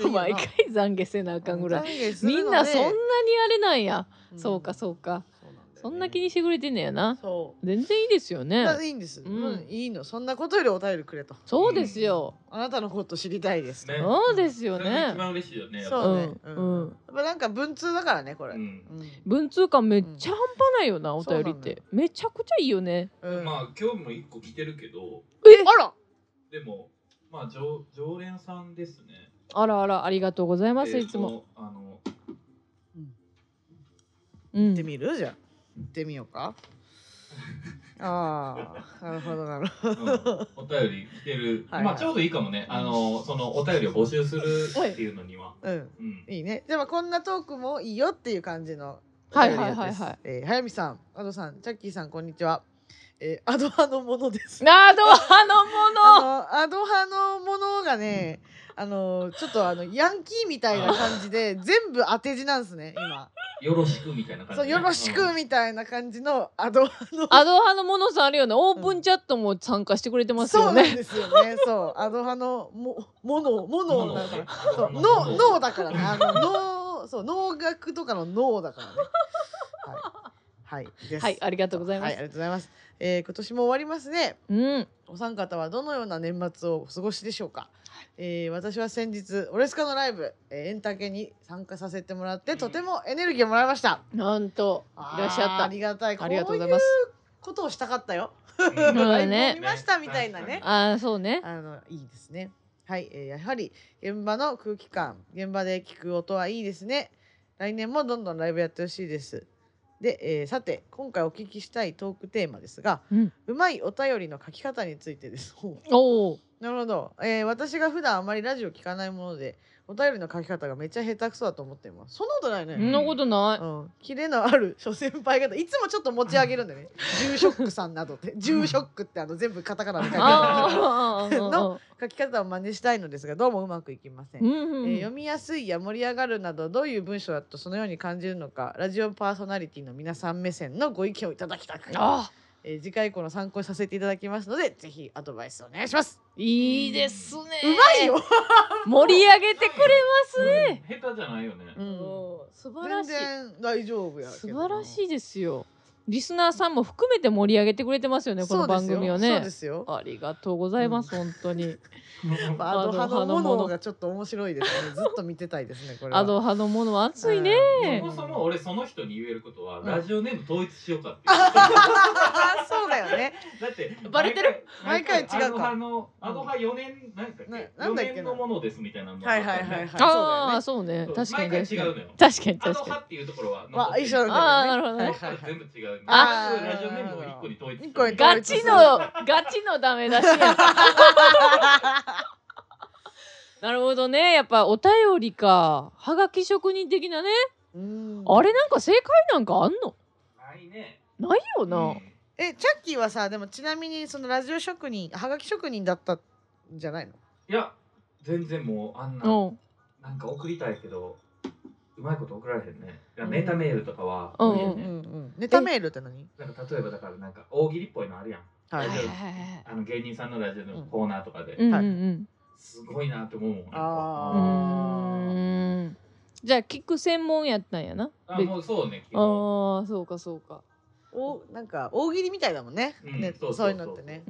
毎回懺悔せなあかんぐらい。みんなそんなにあれなんや。そうかそうか。そんな気にしてくれてんねやな。全然いいですよね。 いいんです。いいの。そんなことよりお便りくれと。 そうですよ。 あなたのこと知りたいです。 そうですよね。 一番嬉しいよね。 そうね。うん。やっぱなんか文通だからねこれ。 文通感めっちゃ半端ないよなお便りって。めちゃくちゃいいよね。 まあ今日も一個来てるけど。 え、あら。 でもまあ常常連さんですね。 あらあらありがとうございますいつも。 あの。 行ってみるじゃあ。行ってみようか。ああ、なるほどなるほど。 お便り来てる。まあちょうどいいかもね。あのそのお便りを募集するっていうのには。 うん。いいね。でもこんなトークもいいよっていう感じのお便りです。はいはいはいはい。え、はやみさん、アドさん、チャッキーさんこんにちは。えー、アド派のものです。 アド派のもの。アド派のものがね、あのちょっとあのヤンキーみたいな感じで全部当て字なんですね今。 よろしくみたいな感じ、 ね。そうよろしくみたいな感じのアド派の。 アド派のものさんあるよね。オープンチャットも参加してくれてますよね。 そうなんですよね。そうアド派のもものものだから。そう脳脳だからね。あの脳そう農学とかの脳だからね。はい。はい、 はい、ありがとうございます。 はい、ありがとうございます。えー、今年も終わりますね。 うん。 お三方はどのような年末をお過ごしでしょうか。えー、私は先日オレスカのライブ、えー、エンタケに参加させてもらって、うん、とてもエネルギーをもらいました。 なんといらっしゃった。 ありがたい。 ありがとうございます。 こういうことをしたかったよ。ライブを見ましたみたいなね。 ああ、そうね。 あのいいですね。はい、えー、やはり現場の空気感、現場で聞く音はいいですね。来年もどんどんライブやってほしいです。で、えー、さて今回お聞きしたいトークテーマですが、うん、うまいお便りの書き方についてです。 おお。 なるほど、えー、私が普段あまりラジオ聞かないものでお便りの書き方がめっちゃ下手くそだと思っています。そんなことないね。 そんなことない。 うん、キレのある諸先輩方いつもちょっと持ち上げるんだよね。ジューショックさんなどってジューショックってあの全部カタカナで書いてあるの書き方を真似したいのですがどうもうまくいきません。うんうん、えー、読みやすいや盛り上がるなどどういう文章だとそのように感じるのかラジオパーソナリティの皆さん目線のご意見をいただきたく。あえー、次回以降の参考にさせていただきますのでぜひアドバイスお願いします。 いいですね。 うまいよ盛り上げてくれますね。 うん、下手じゃないよね。 うん、素晴らしい。 全然大丈夫や。 素晴らしいですよ。リスナーさんも含めて盛り上げてくれてますよね、この番組をね。 そうですよ。 ありがとうございます、うん、本当に。 アド派のものがちょっと面白いですね。ずっと見てたいですね、これは。 アド派のものは熱いね。 そもそも俺その人に言えることは、ラジオネーム統一しようかって。 そうだよね。 だってバレてる。 毎回違うか。アド派のアド派よねんなんだっけ。よねんのものですみたいなの。 はいはいはいはい。 ああ、そうね。確かに毎回違うのよ。 確かに確かに。 アド派っていうところはまあ一緒なんだよね。 ああ、なるほどね。 全部違う。ああ、ラジオネームを一個に統一。 ガチのガチのダメ出しや。なるほどね。やっぱお便りか。はがき職人的なね。うんあれなんか正解なんかあんの？ ないね。 ないよな。うん、 え、チャッキーはさ、でもちなみにそのラジオ職人、はがき職人だったんじゃないの？ いや、全然もうあんな、うん、なんか送りたいけど、うまいこと送られへんね。ネタメールとかは無理やね。 ネタメールって何？ なんか例えばだからなんか大喜利っぽいのあるやん。はい。あの芸人さんのラジオのコーナーとかで。うんはい。すごいなって思うもん。 ああ。じゃあ聞く専門やったんやな。 あもうそうね。 ああそうかそうか。 おなんか大喜利みたいだもんね。ねそういうのってね。 うん。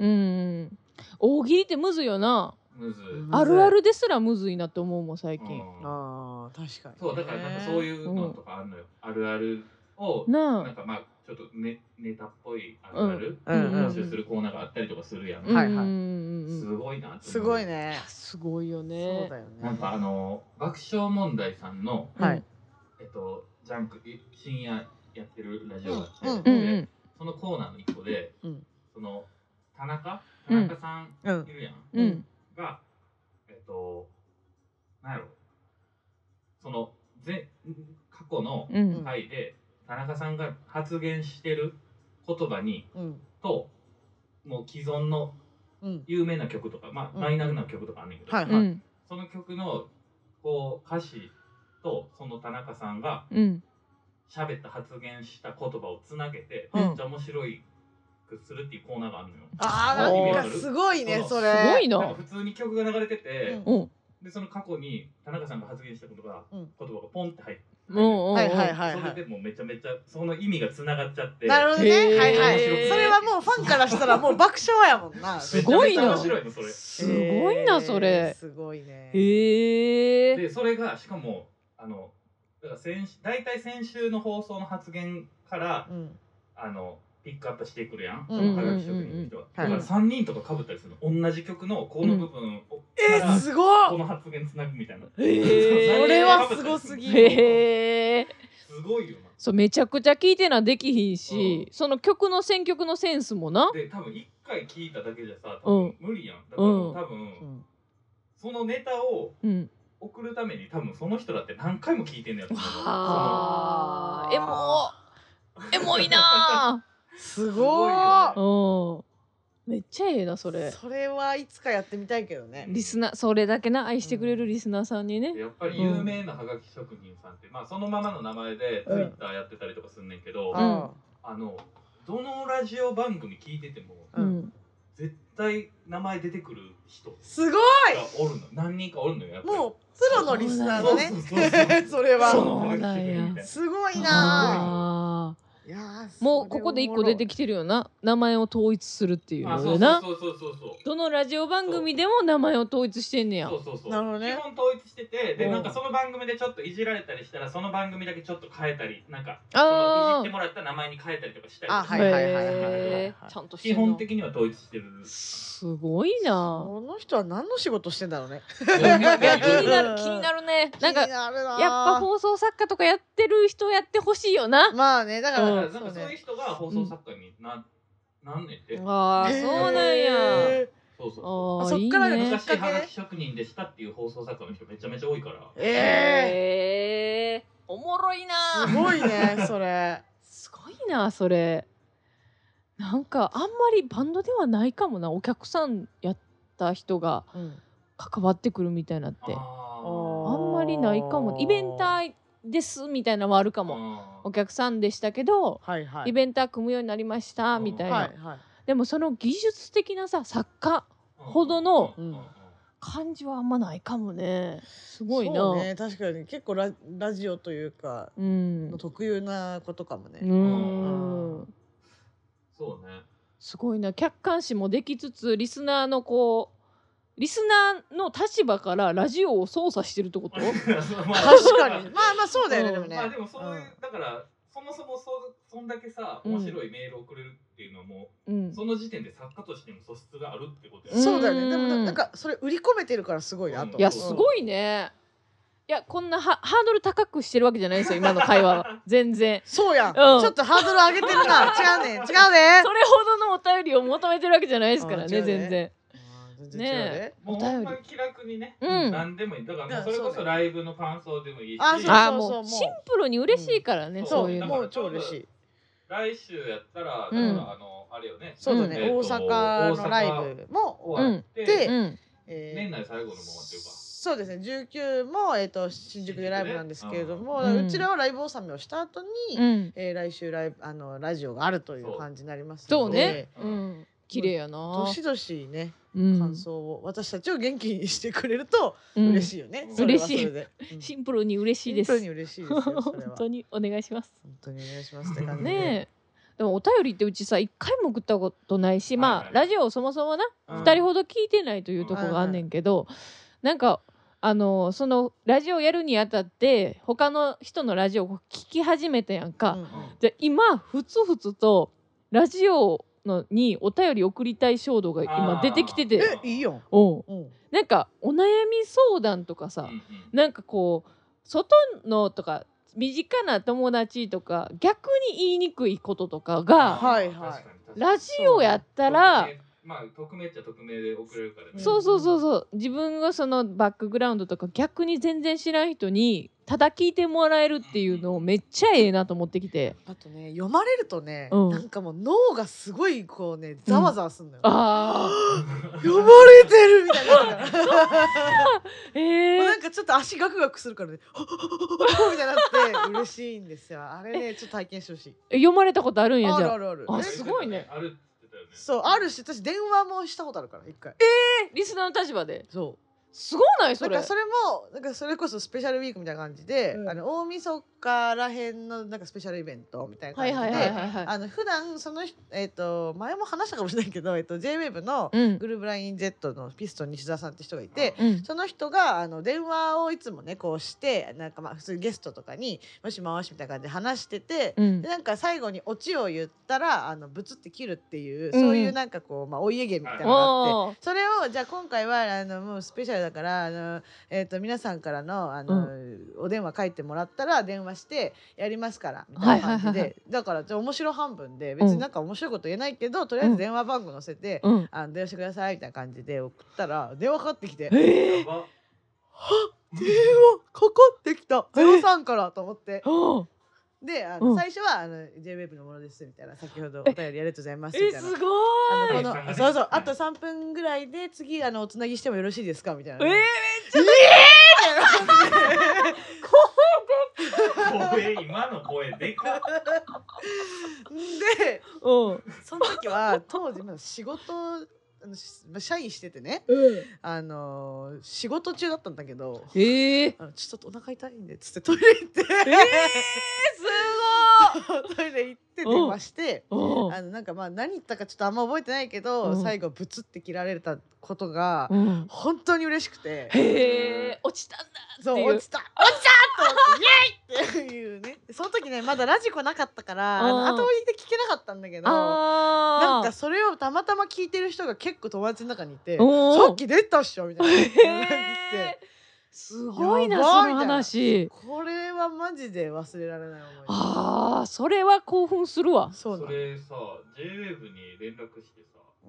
大喜利ってむずいよな。 むずい。 あるあるですらむずいなって思うもん最近。 ああ確かに。 そうだからなんかそういうのとかあるのよ。あるあるをなんかまあちょっとネネタっぽいあるある募集するコーナーがあったりとかするやん。はいはい。すごいな。 すごいね。 すごいよね。 そうだよね。 なんかあの爆笑問題さんのえっとジャンク深夜やってるラジオがあって、そのコーナーの一個でその田中田中さんいるやんがえっとなんやろそのぜ過去の回で田中さんが発言してる言葉に、うん、ともう既存の有名な曲とか、まあマイナーな曲とかあんねんけど、はいはい、その曲のこう歌詞とその田中さんが喋った発言した言葉をつなげて、うん、めっちゃ面白いくするっていうコーナーがあるのよ。 あーなんかすごいねそれ。 すごいな。 なんか普通に曲が流れてて、うん、でその過去に田中さんが発言したことが、うん、言葉がポンって入って。 はいはいはい。 それでもめちゃめちゃその意味がつながっちゃって。 なるほどね。はいはい。それはもうファンからしたらもう爆笑やもんな。 すごいな。 面白いのそれ。 すごいなそれ。 すごいね。 へえ。 でそれがしかもあのだから先大体先週の放送の発言から、うん、あのピックアップしてくるやん。その科学職人の人は。だから三人とか被ったりするの。同じ曲のこの部分を。 えー、すごい。 この発言つなぐみたいな。 えー、それはすごすぎる。 へえ。 すごいよな。 そうめちゃくちゃ聞いてなできひんし、うん、その曲の選曲のセンスもな。 で多分一回聞いただけじゃさ、多分無理やん。だから多分、うん、そのネタを送るために多分その人だって何回も聞いてんのやろ。 ああ、エモエモいな。 すごい。 うん。めっちゃええなそれ。 それはいつかやってみたいけどね。 リスナーそれだけな愛してくれるリスナーさんにね。 やっぱり有名なハガキ職人さんって、まあそのままの名前でツイッターやってたりとかすんねんけど、あのどのラジオ番組聞いてても絶対名前出てくる人すごいおるの。何人かおるのよ。 もうプロのリスナーだね。それはすごいな。 いやもうここで一個出てきてるよな。名前を統一するっていうのでな。どのラジオ番組でも名前を統一してんねや。 そうそうそう。 なるほどね。 基本統一してて、でなんかその番組でちょっといじられたりしたらその番組だけちょっと変えたり、なんかそのいじってもらった名前に変えたりとかしたりとか。 はいはいはいはい。 ちゃんと基本的には統一してる。 すごいな。 この人は何の仕事してんだろうね。 いや気になる気になるね。なんかやっぱ放送作家とかやってる人やってほしいよな。 まあねだからそういう人が放送作家にな、なんねんって。 ああそうなんや。 そうそうそう。 そっから昔はがき職人でしたっていう放送作家の人めちゃめちゃ多いから。 ええー、おもろいな。 すごいねそれ。 すごいなそれ。なんかあんまりバンドではないかもな、お客さんやった人が関わってくるみたいなって、うん、あ, あんまりないかも。イベンターですみたいなのはあるかも。お客さんでしたけど、はいはい、イベンター組むようになりましたみたいな、はいはい、でもその技術的なさ作家ほどの感じはあんまないかもね。すごいな。 そうね、確かに結構 ラ, ラジオというか、うん、の特有なことかもね。うん、 うん、そうね。 すごいな。客観視もできつつリスナーのこうリスナーの立場からラジオを操作してるってこと？確かに。まあまあそうだよね、でもね。 まあでもそういう、だからそもそも そ, そんだけさ面白いメールを送れるっていうのも、うん、その時点で作家としても素質があるってことや、ね、 そうだよね。でもなんかそれ売り込めてるからすごいなと、うん、 いやすごいね。いやこんなハードル高くしてるわけじゃないですよ今の会話は。全然そうやん、うん、ちょっとハードル上げてるな。違うね違うね。それほどのお便りを求めてるわけじゃないですからね、全然。 ね、 もうほんまに気楽にね、うん、何でもいい。だからそれこそライブの感想でもいいし、ああもうシンプルに嬉しいからね、うん、そういうの。 もう超嬉しい。 来週やったらだから、うん、あのあれよね、 そうだね、大阪のライブも終わって、うん、 えー、年内最後のも終わってるか。 そうですね、じゅうくも、えー、と新宿でライブなんですけれども、うん、うちらはライブ納めをした後に、うんえー、来週ライブあのラジオがあるという感じになりますので。 そうね、うん、綺麗やな。 どしどしね、うん、感想を私たちを元気にしてくれると嬉しいよね、 うん、嬉しい、うん、シンプルに嬉しいです。 シンプルに嬉しいですよそれは。 本当にお願いします。 本当にお願いしますって感じでね。でもお便りってうちさ一回も送ったことないし、まあラジオをそもそもなふたりほど聞いてないというところがあんねんけど、なんかあのそのラジオやるにあたって他の人のラジオを聞き始めたやんか、うんうん、じゃ今ふつふつとラジオのにお便り送りたい衝動が今出てきてて、 えいいよ、 うん、なんかお悩み相談とかさ、うんうん、なんかこう外のとか身近な友達とか逆に言いにくいこととかが、はいはい、ラジオやったらまあ匿名っちゃ匿名で送れるからね。 そうそうそうそう。自分がそのバックグラウンドとか逆に全然知らん人にただ聞いてもらえるっていうのをめっちゃええなと思ってきて。 あとね読まれるとね、うん、なんかもう脳がすごいこうねざわざわすんだよ、ね。うん、ああ読まれてるみたいな。ええー。なんかちょっと足ガクガクするからね。みたいになって嬉しいんですよ。あれねちょっと体験してほしい。 読まれたことあるんやじゃあ。 あるあるある。 あすごいね。 ある。 そうあるし私電話もしたことあるから一回。 えー、リスナーの立場で。 そうすごないそれ。 なんかそれもなんかそれこそスペシャルウィークみたいな感じで、うん、あの大晦日らへんのなんかスペシャルイベントみたいな感じで、あの普段そのえっ、ー、と前も話したかもしれないけど、えっ、ー、と ジェイウェーブ のグルーブライン Z のピストン西澤さんって人がいて、うん、その人があの電話をいつもねこうしてなんかまあ普通にゲストとかにもしもしみたいな感じで話してて、うん、でなんか最後にオチを言ったらあのブツって切るっていう、そういうなんかこうまあお家芸みたいなのがあって、それをじゃあ今回はあのもうスペシャルだからあのえー、と皆さんからの、あの、うん、お電話書いてもらったら電話してやりますからみたいな感じで、はいはいはいはい、だからじゃあ面白半分で別になんか面白いこと言えないけど、うん、とりあえず電話番号載せて、うん、あの電話してくださいみたいな感じで送ったら電話かかってきて、えー、は電話かかってきたゼロさんからと思って。であの、うん、最初はあの ジェイウェーブ のものですみたいな、先ほどお便りありがとうございますみたいな、 えすごいあのこのそうそうあとさんぷんぐらいで次あのおつなぎしてもよろしいですかみたいな、 えー、めっちゃ声で声今の声でかで、うん、その時は当時まだ仕事社員しててね、うん、あのー、仕事中だったんだけど、えー、あのちょっとお腹痛いんでっつってトイレ行って、えー、すごいトイレ行って電話して、あのなんかまあ何言ったかちょっとあんま覚えてないけど、うん、最後ブツって切られたことが本当に嬉しくて、 うん、へー落ちたんだっていう、 そう落ちた落ちたと思ってイエーイっていうね、その時ねまだラジコなかったからあの後追いで聞けなかったんだけど、なんかそれをたまたま聞いてる人が結構友達の中にいて、さっき出たっしょみたいな言ってすごいなその話。 これはマジで忘れられない思い。 ああそれは興奮するわ。 そうそれさ ジェイウェーブ に連絡してさ、うん、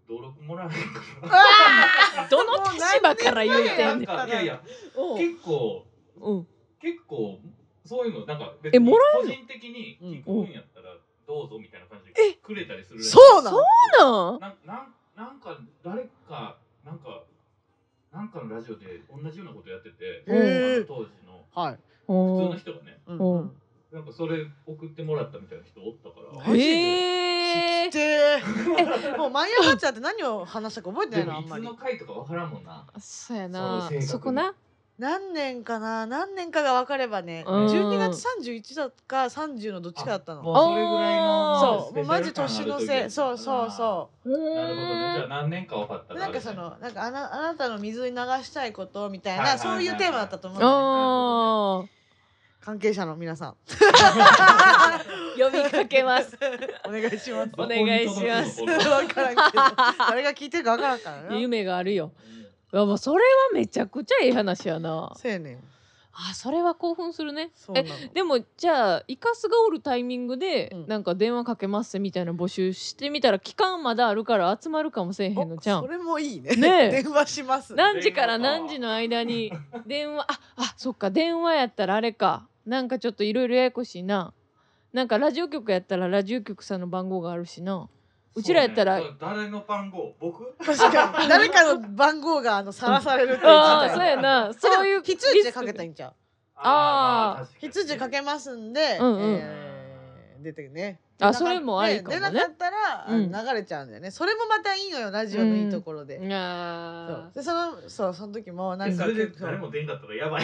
登録もらえないかな。どの立場から言うてんねん。 いやいや結構、うん、結構そういうのなんか別に個人的に聞くんやったらどうぞみたいな感じでくれたりする。 そうなの？そうなん？ ななんなんか誰かなんかなんかのラジオで同じようなことやってて、当時の普通の人がね。なんかそれ送ってもらったみたいな人おったから。 へえ。聞きてー。もうマイヤーガチャって何を話したか覚えてないのあんまり。 いつの回とかわからんもんな。 そうやな。そこな。 何年かな何年かが分かればね。じゅうにがつさんじゅういちだかさんじゅうのどっちかだったの。 もうそれぐらいの。 そう。もうマジ年のせい。そうそうそう。 なるほどね。じゃあ何年か分かった。 なんかそのなんかあなあなたの水に流したいことみたいなそういうテーマだったと思うんだよね。関係者の皆さん呼びかけます。 お願いします。 お願いします。 分からんけど誰が聞いてるか分からんからね。 夢があるよ。いやもうそれはめちゃくちゃええ話やな。 そうやねん。 あ、それは興奮するね。え、でもじゃあイカスがおるタイミングで、うん、なんか電話かけますみたいな募集してみたら期間まだあるから集まるかもせえへんのじゃん。 それもいいね。ね電話します。 何時から何時の間に電話ああそっか電話やったらあれか。なんかちょっといろいろややこしいな。なんかラジオ局やったらラジオ局さんの番号があるしな。うちらやったら、ね、 誰の番号？僕？ 確かに誰かの番号があのさらされるっていう。ああそうやな。そういう非通知でかけたらいいんちゃう？ ああ非通知かけますんで、 うんうんえー、出てね。 あそれもありかもね。 出なかったら、うん、流れちゃうんだよね。それもまたいいのよラジオのいいところで。 うん、 あでそのそうその時もなんかそれで誰も出んかったらやばい。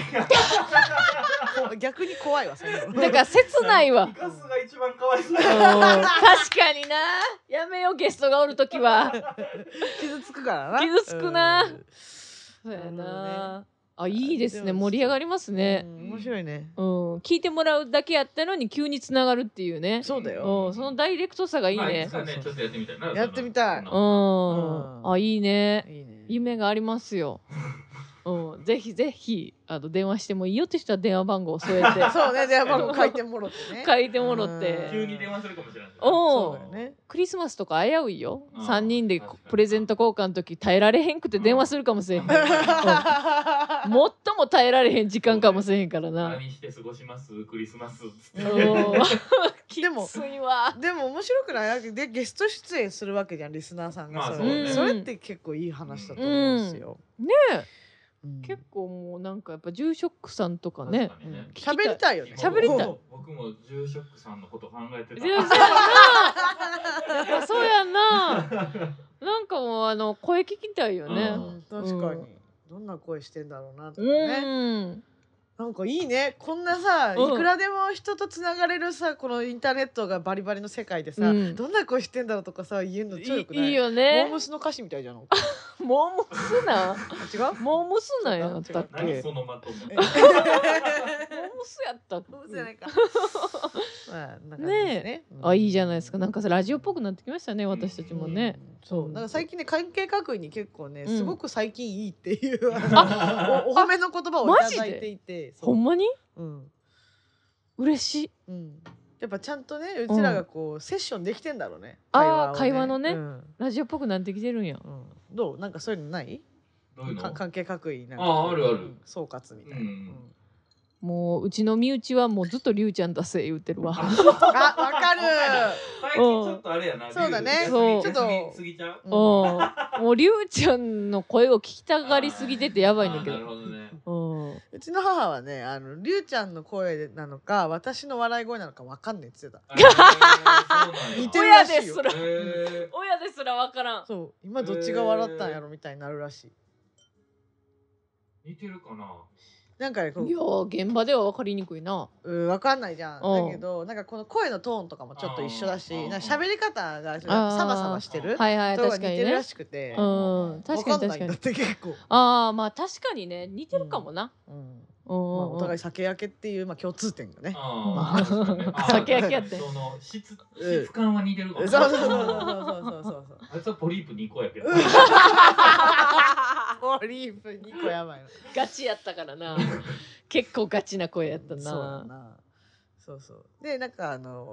逆に怖いわそれ。 だから切ないわ。 イカスが一番かわいそう。 確かにな。やめようゲストがおる時は。 傷つくからな。 傷つくな。そうやな。あいいですね盛り上がりますね。 面白いね。 うん聞いてもらうだけやったのに急につながるっていうね。 そうだよ。 そのダイレクトさがいいね。 やってみたい。 うんあいいね。夢がありますよ。うん、ぜひぜひあの電話してもいいよって人は電話番号を添えてそうね電話番号書いてもろってね書いてもろって急に電話するかもしれない。 おお、ね、クリスマスとか危ういよ。さんにんでプレゼント交換の時耐えられへんくて電話するかもしれへん、うん、最も耐えられへん時間かもしれへんからな。 何して過ごしますクリスマスっつってでもきついわ。 でも面白くないでゲスト出演するわけじゃんリスナーさんがそれ、うん、それって結構いい話だと思うんですよ、 うん、ねえうん、結構もうなんかやっぱ住職さんとかね喋、ね、りたいよね。 喋りたい。 僕も住職さんのこと考えてた。 やっぱそうやんな。なんかもうあの声聞きたいよね。 確かに、うん、どんな声してんだろうなとかね。うんなんかいいねこんなさ、うん、いくらでも人とつながれるさこのインターネットがバリバリの世界でさ、うん、どんな声してんだろうとかさ言えるの超よくない？ いいよね。 モームスの歌詞みたいじゃん。 モームスな違う？ モームスなんやったっけ？ 何そのまとめモームスやったっけ？ モームスじゃないか。まあなんかねえ、あいいじゃないですか。なんかさラジオっぽくなってきましたね私たちもね。 そうなんか最近ね関係各位に結構ねすごく最近いいっていうおお褒めの言葉をいただいていて。 ほんまに？うん。嬉しい。うん。 やっぱちゃんとねうちらがこうセッションできてんだろうね。 ああ会話のねラジオっぽくなってきてるんや。 どうなんかそういうのない？ どういうの？ 関係各位なんか。 ああるある。 総括みたいな。 もううちの身内はもうずっとりゅうちゃんだせ言ってるわ。あ、 わかる。 最近ちょっとあれやな。 そうだね。 そうちょっと過ぎちゃう。 もうりゅうちゃんの声を聞きたがりすぎててやばいんだけど。 なるほどね。 うちの母はね、あのりゅうちゃんの声なのか、私の笑い声なのかわかんねえって言ってた。似てるらしいよ。 親ですら、親ですらわからん。 そう、今どっちが笑ったんやろみたいになるらしい。似てるかな。 なんかね、 いや現場では分かりにくいな。 うん分かんないじゃん。だけどなんかこの声のトーンとかもちょっと一緒だし、なんか喋り方がサバサバしてる。 はいはい確かにね。 似てるらしくて。 うん確かに確かに。 だって結構。 ああまあ確かにね似てるかもな。うんお互い酒焼けっていうまあ共通点がね。 酒焼けやって。 その質質感は似てるかも。 そうそうそうそうそうそうそう。 あいつはポリープにこやけど。 ポリープにこやばいの。 ガチやったからな。結構ガチな声やったな。 そうだな。そうそう。でなんかあの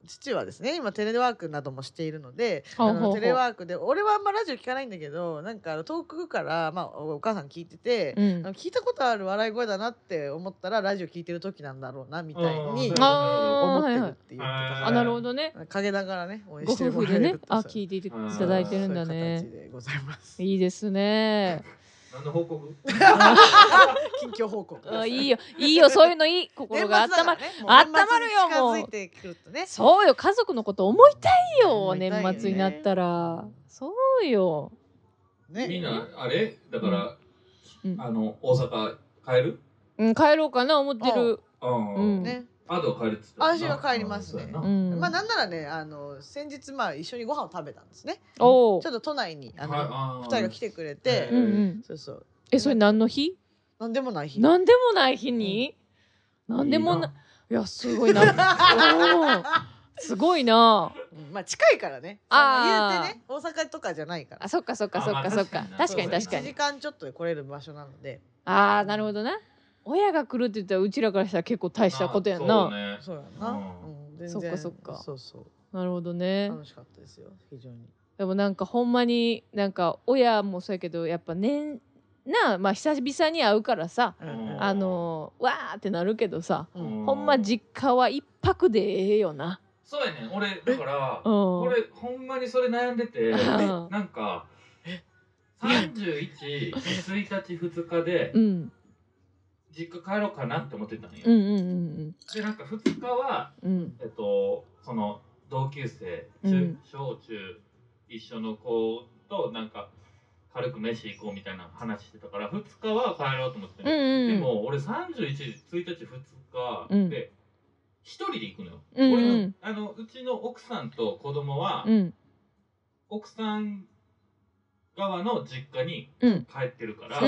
父はですね今テレワークなどもしているので、あのテレワークで俺はあんまラジオ聞かないんだけど、なんか遠くから、まあ、お母さん聞いてて、うん、聞いたことある笑い声だなって思ったらラジオ聞いてる時なんだろうなみたいに思ってるって言ってたから、 あ、なるほどね、 陰ながらね応援してもらえると、ご夫婦でね、あ、聞いていただいてるんだね。 そういう形でございます。 いいですね。 何の報告？ 近況報告。 あ、いいよ、いいよ、そういうのいい。心が温まる、温まるよもう。 近づいてくるとね。 そうよ、家族のこと思いたいよ、年末になったら。そうよ。 ね、みんなあれだから、あの大阪帰る？ うん、帰ろうかな思ってる。 うん。ね。アド帰るっつって。 私は帰りますね。まあなんならね、あの先日まあ一緒にご飯を食べたんですね。ちょっと都内にあのふたりが来てくれて、そうそう。 え、それ何の日？ なんでもない日。 なんでもない日に？なんでもない。いやすごいな。すごいな。 まあ近いからね。ああ。言うてね、大阪とかじゃないから。 あ、そっかそっかそっかそっか。確かに確かに。 いちじかんちょっとで来れる場所なので。 ああ、なるほどな。親が来るって言ったらうちらからしたら結構大したことやんな。 そうやな。 そっかそっか。 そうそう。 なるほどね。 楽しかったですよ、非常に。 でもなんかほんまになんか親もそうやけどやっぱねなあ、まあ久々に会うからさ、あのわーってなるけどさ、ほんま実家は一泊でええよな。 そうやね、俺だからこれほんまにそれ悩んでて、なんかさんじゅういち、ついたち、ふつかで実家帰ろうかなって思ってたんよ。でなんかふつかは、うん、えっとその同級生、中小中一緒の子となんか軽く飯行こうみたいな話してたからふつかは帰ろうと思ってた、うんうん、でも俺さんじゅういち、ついたち、ふつかでひとりで行くのよ、うんうん、俺のあのうちの奥さんと子供は、うん、奥さん側の実家に帰ってるから、うん、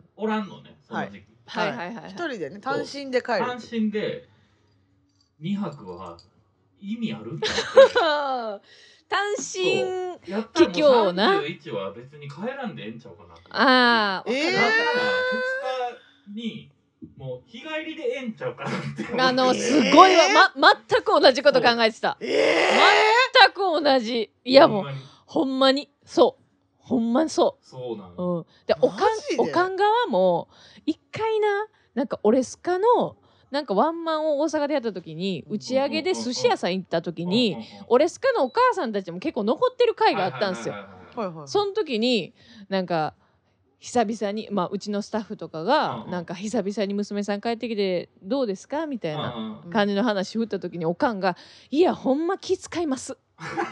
おらんのねその時期、 はいはいはい、一人でね単身で帰る、 単身でにはくは意味あるって単身帰郷な。 さんじゅういちは別に帰らんでええんちゃうかな。 ああ、 ええー。だからふつかにもう日帰りでええんちゃうかなって思って。 あのすごいわ、ま全く同じこと考えてた。えー、全く同じ。いやもうほんまにそうほんまにそう。 そうなの。 うん。でおかんおかん側も一回ななんかオレスカのなんかワンマンを大阪でやった時に打ち上げで寿司屋さん行った時にオレスカのお母さんたちも結構残ってる回があったんですよ。その時になんか久々に、まあ、うちのスタッフとかがなんか久々に娘さん帰ってきてどうですかみたいな感じの話振った時におかんが「いやほんま気遣います」気使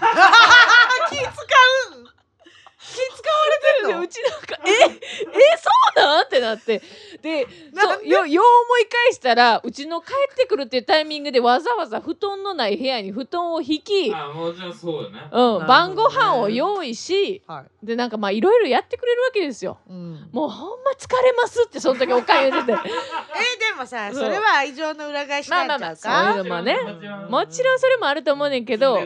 うん気使われてるのうちなんかええそうなんってなってでそうよよう思い返したらうちの帰ってくるっていうタイミングでわざわざ布団のない部屋に布団を引きあもちろんそうよね、 うん、晩ご飯を用意し、はい、でなんかまあいろいろやってくれるわけですよ、うん、もうほんま疲れますってその時おかん言っててえでもさそれは愛情の裏返しなんちゃうか、まあまあまあそういうのもねもちろんそれもあると思うねんけど、うん、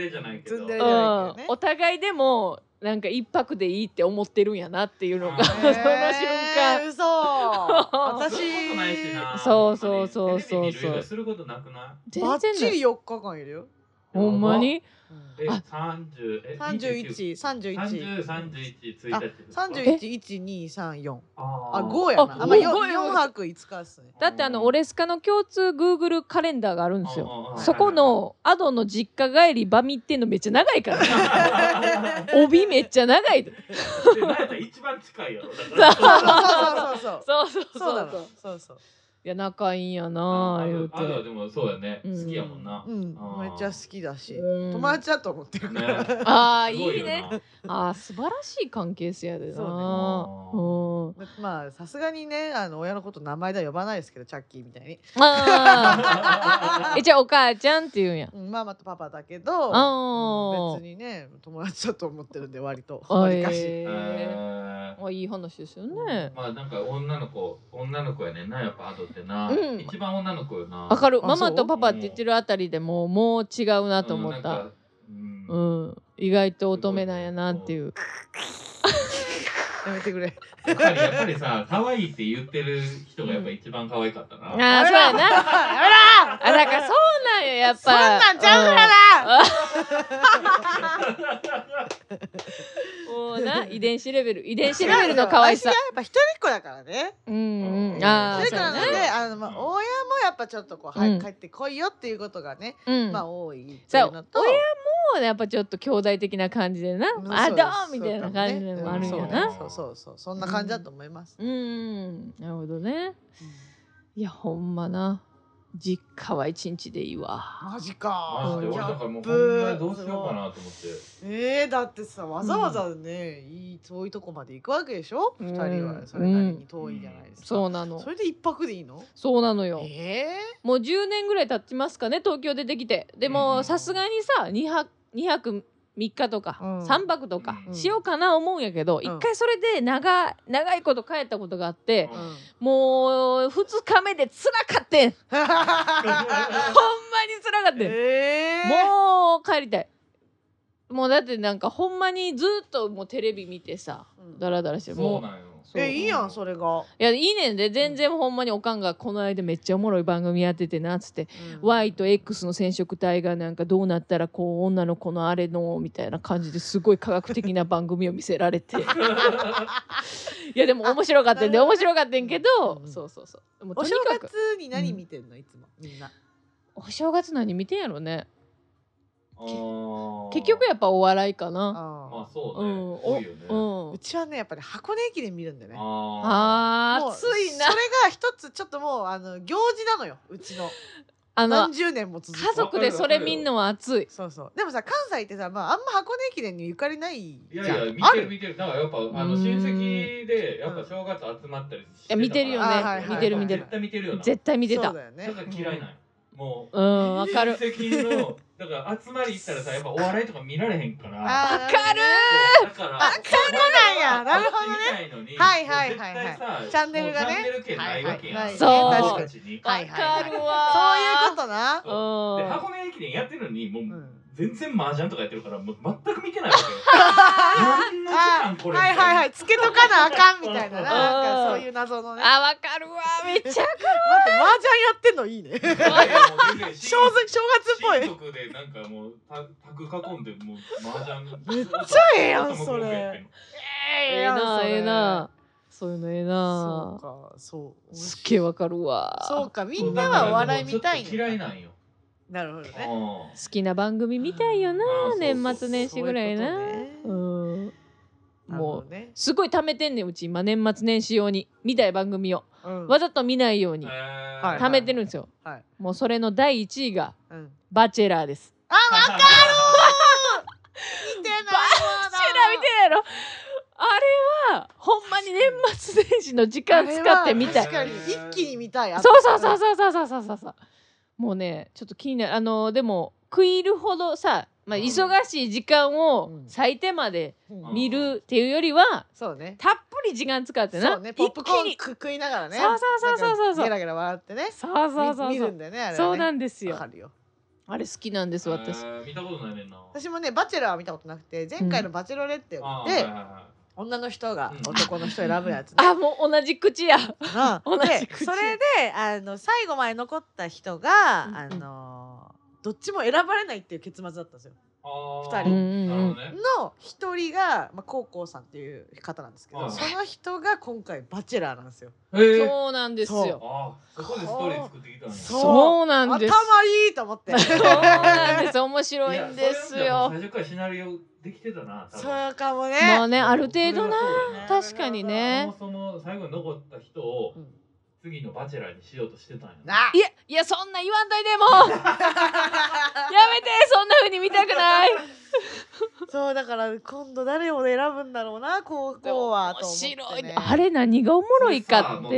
お互いでもなんか一泊でいいって思ってるんやなっていうのがその瞬間嘘私そうそうそうそうそうすることなくない全然バッチリよっかかんいるよほんまにえ三十え三十一三十一三十三十一ついたち三十一一二三四あ五やなあまあ四四泊五日っすねだってあのオレスカの共通 Google カレンダーがあるんですよそこのアドの実家帰りバミってんのめっちゃ長いから帯めっちゃ長いで一番近いやろだからそうそうそうそうそうそうそうそういや仲いいんやな言うてあでもそうやね好きやもんなうんめっちゃ好きだし友達だと思ってるからああいいねああ素晴らしい関係性やでなまあさすがにねあの親のこと名前では呼ばないですけどチャッキーみたいにあえじゃあお母ちゃんって言うんやママとパパだけど別にね友達だと思ってるんで割と割かしあいい話ですよねまあなんか女の子女の子やねんなやっぱアドってな、うん、一番女の子よなわかるママとパパって言ってるあたりでもうもう違うなと思った、うんうん、意外と乙女なんやなっていうやめてくれ。 やっぱりやっぱりさ、可愛いって言ってる人がやっぱ一番可愛かったな。ああ、そうやな。やめろ。あ、だからそうなんよ、やっぱ。 そんなんちゃうからな。 もうな、遺伝子レベル、遺伝子レベルの可愛さ。 やっぱ一人っ子だからね。 うんうん。ああ、 それからね、あのまあ親もやっぱちょっとこうはい帰ってこいよっていうことがね、まあ多いっていうのと。 親もやっぱちょっと兄弟的な感じでな、あどうみたいな感じでもあるんやな。 そうそうそう、そんな感じだと思います。 うん、なるほどね。いやほんまな。実家は一日でいいわ。 マジか。 マジで俺だからもうほんまにどうしようかなと思って。 えー、だってさわざわざね、うん、いい遠いとこまで行くわけでしょ。二、うん、人はそれなりに遠いじゃないですか。 そうなの。 それで一泊でいいの？ そうなのよ。 えー、 もうじゅうねんぐらい経ちますかね、東京出てきて。でもさすがにさにはくにはくみっかとか、うん、さんぱくとかしようかな思うんやけど、うん、一回それで長長いこと帰ったことがあって、うん、もうふつかめでつらかってんほんまにつらかってん、えー、もう帰りたい。もうだってなんかほんまにずっともうテレビ見てさ、ダラダラしてもうえいいやんそれが。 いやいいねんで、全然ほんまにおかんがこの間めっちゃおもろい番組やっててなっつって、うん、Y と X の染色体がなんかどうなったらこう女の子のあれのみたいな感じですごい科学的な番組を見せられていやでも面白かったんで面白かったんけど、うん、そうそうそう。 もうお正月に何見てんの、うん、いつもみんな。 お正月何見てんやろね。結局やっぱお笑いかな。 まあそうね、うん、多いよね、 うん、うちはねやっぱり箱根駅伝見るんだよね。 ああ暑いな。 それが一つちょっともうあの行事なのよ、うちの。あの何十年も続く家族でそれ見んのは熱い。 そうそう。でもさ関西ってさ、まあ、あんま箱根駅伝にゆかりないじゃん。 いやいや見てる見てる。だからやっぱあの親戚でやっぱ正月集まったりしてたから、 見てるよね。見てる見てる。 絶対見てるよな。 絶対見てた。 そうだよね。 だから嫌いなんよ。もううんわかる。 親戚のだから集まり行ったらさやっぱお笑いとか見られへんから。 わかるー。だからあそうなんや。なるほどね。はいはいはいはい。チャンネルがね。 チャンネル権ないわけや。 そう。 確かに。 わかるわ。 そういうことな。 で箱根駅伝やってるのにもう全然麻雀とかやってるからもう全く見てないわけよ。何の時間これ。 はいはいはい。つけとかなあかんみたいななんかそういう謎のね。 あわかるわ。めっちゃわかるわ。 待って麻雀やってんのいいね。正月っぽい。 親族でなんかもう卓囲んでもう麻雀めっちゃええやんそれ。 ええなええな。そういうのええな。 そうかそう。 すっげえわかるわ。 そうかみんなはお笑い見たいの。 嫌いなんよ。 なるほどね。 好きな番組見たいよな、年末年始ぐらいな。うん。もうすごい貯めてんねんうち今年末年始用に見たい番組をわざと見ないように貯めてるんですよ。もうそれのだいいちいがバチェラーです。 あわかる。見てないわ。バチェラー見てないやろ。あれはほんまに年末年始の時間使って見たい。 確かに一気に見たい。 そうそうそうそうそうそうそうそう。もうねちょっと気になる。あのでも食いるほどさ、まあ、忙しい時間を割いてまで見るっていうよりは、 そうね、 たっぷり時間使ってな、 そうね、ポップコーン食いながらね、 そうそうそうそうそう、 ゲラゲラ笑ってね、 そうそうそう見るんだよね、あれね。 そうなんですよ。 わかるよ。 あれ好きなんです私。 見たことないねんな。 私もねバチェラーは見たことなくて、前回のバチェロレッテで女の人が男の人選ぶやつね。 あもう同じ口や。 同じ口。それであの最後まで残った人があのどっちも選ばれないっていう結末だったんですよ。ふたりのひとりがまあコウコウさんっていう方なんですけど、その人が今回バチェラーなんですよ。 そうなんですよ。 そこでストーリー作ってきたんや。 そうなんです。 頭いいと思って。 そうなんです。面白いんですよ。 最初からシナリオできてたな。 そうかもね。 もうねある程度な、確かにね。 その最後に残った人を次のバチェラーにしようとしてたんや。 いやいやそんな言わんといてもやめて、そんな風に見たくない。 そうだから今度誰を選ぶんだろうな高校はと思って、ね、面白いね。 あれ何がおもろいかって。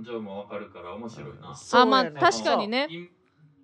逆の立場の感情もわかるから面白いな。 あまあ確かにね。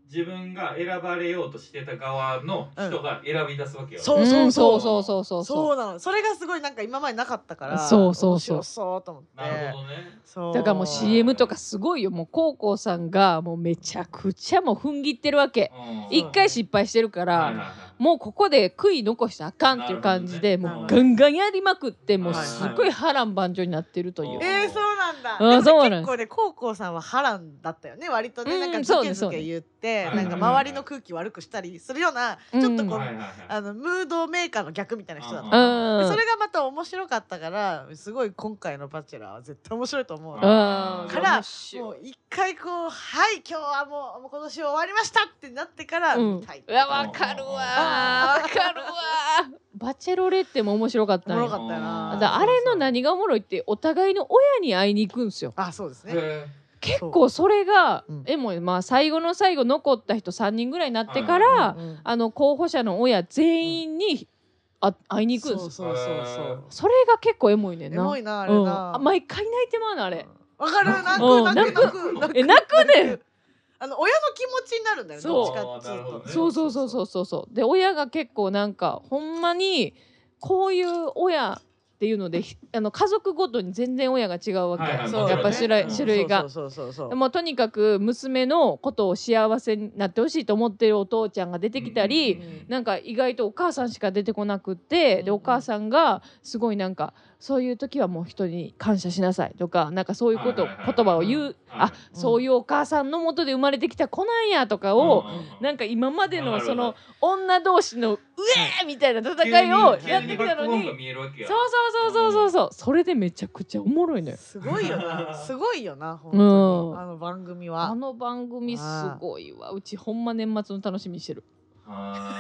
自分が選ばれようとしてた側の人が選び出すわけよ、 うん、そうそうそうそうそうそうそうなの。それがすごいなんか今までなかったからそうそうそう面白そうと思って。 なるほどね。 そうだからもう シーエム とかすごいよ。もうコウコウさんがもうめちゃくちゃもう踏ん切ってるわけ。一回失敗してるから、はいはいはい、もうここで悔い残したらあかんっていう感じで、ね、もうガンガンやりまくってもうすごい波乱万丈になってるという。 えー、そうなんだ。 あ、そうなんです。 結構ね、コウコウさんは波乱だったよね。割とね、なんかズケズケ言って、なんか周りの空気悪くしたりするような、ちょっとこう、あのムードメーカーの逆みたいな人だった。でそれがまた面白かったから、すごい今回のバチェラーは絶対面白いと思う。からもう一回こう、はい今日はもうもう今年終わりましたってなってから見たい。 うわ、わかるわわかるわ。バチェロレッテも面白かったね。 面白かったよな。 だあれの何がおもろいってお互いの親に会いに行くんですよ。 あ、そうですね。 結構それが、うん、えもうまあ最後の最後残った人さんにんぐらいになってから、うんうん、あの候補者の親全員に、うん、あ会いに行くんですよ。そうそうそうそう。それが結構エモいねんな。 エモいなあれな。 うん、毎回泣いてまうのあれ。 わかる。泣く泣く泣く泣くえ泣くね。 あの親の気持ちになるんだよね。どっちかっていうと。 そうそうそうそうそうそう。で親が結構なんかほんまにこういう親っていうのであの家族ごとに全然親が違うわけ、はいはい、やっぱ種類、ね、種類がでもとにかく娘のことを幸せになってほしいと思ってるお父ちゃんが出てきたり、うんうんうん、なんか意外とお母さんしか出てこなくって、うんうん、でお母さんがすごいなんかそういう時はもう人に感謝しなさいとかなんかそういうこと、言葉を言う、うん、あ、うん、そういうお母さんのもとで生まれてきた子なんやとかを、うん、なんか今までのその女同士のうえーみたいな戦いをやってきたのに、そうそうそうそうそうそう、それでめちゃくちゃおもろいのよ。 すごいよな、すごいよな、本当に、うん、あの番組は。 あの番組すごいわ。うちほんま年末の楽しみにしてる。 あ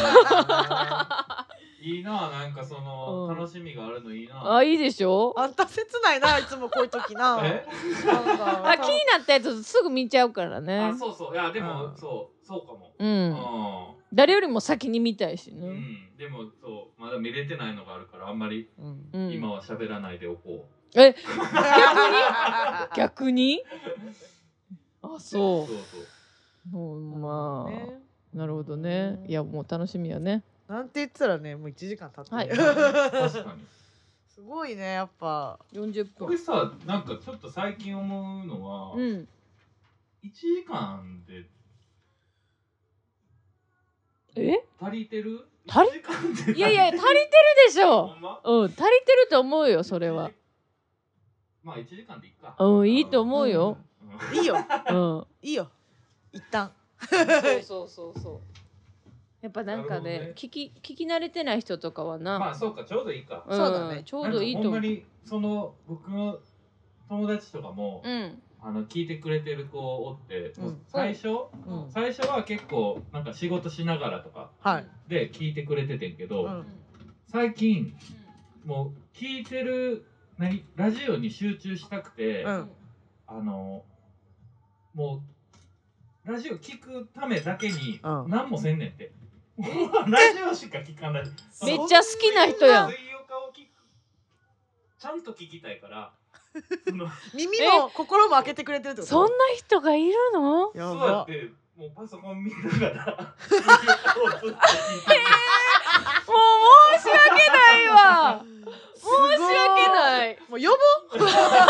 いいな、なんかその、うん、楽しみがあるのいいな。 あ、いいでしょ。 あんた切ないな、いつもこういう時な。 えなんかあ、気になったやつすぐ見ちゃうからね。 あ、そうそう、いやでも、うん、そうそうかも。 うん。うん、誰よりも先に見たいしね。 うん。でもそうまだ見れてないのがあるからあんまり、うん、今は喋らないでおこう。 え、逆に？逆に？あ、そう。そうそう。うん、まあ、ね、なるほどね。いやもう楽しみやね。 なんて言ったらね、もういちじかん経ってる、 はい、確かにすごいね、やっぱよんじゅっぷん。 これさ、なんかちょっと最近思うのは、うん、いちじかんでえ足りてる？ 足りいやいや足りてるでしょ。うん、足りてると思うよ、それは。 まあいちじかんでいいか。 うん、いいと思うよ。 うん、いいよ。うん、いいよ。一旦。 そうそうそうそう。やっぱなんか ね, ね聞き聞き慣れてない人とかはな、 まあそうか、ちょうどいいか、 うん、そうだね、 ちょうどいいと思う。 ほんまにその僕の友達とかも、うん、あの聞いてくれてる子おって、うん、最初、うん、最初は結構なんか仕事しながらとかで聞いてくれててんけど、うん、最近もう聞いてる何ラジオに集中したくて、うん、あのもうラジオ聞くためだけに何もせんねんって。ラジオしか聞かない。 めっちゃ好きな人やん。 水曜日を聞く。ちゃんと聞きたいから。 耳も心も開けてくれてるってこと。 そんな人がいるの？ やば。そうやってもうパソコン見ながら。えー、 もう申し訳ないわ。申し訳ない。 もう呼ぼう。ほんまに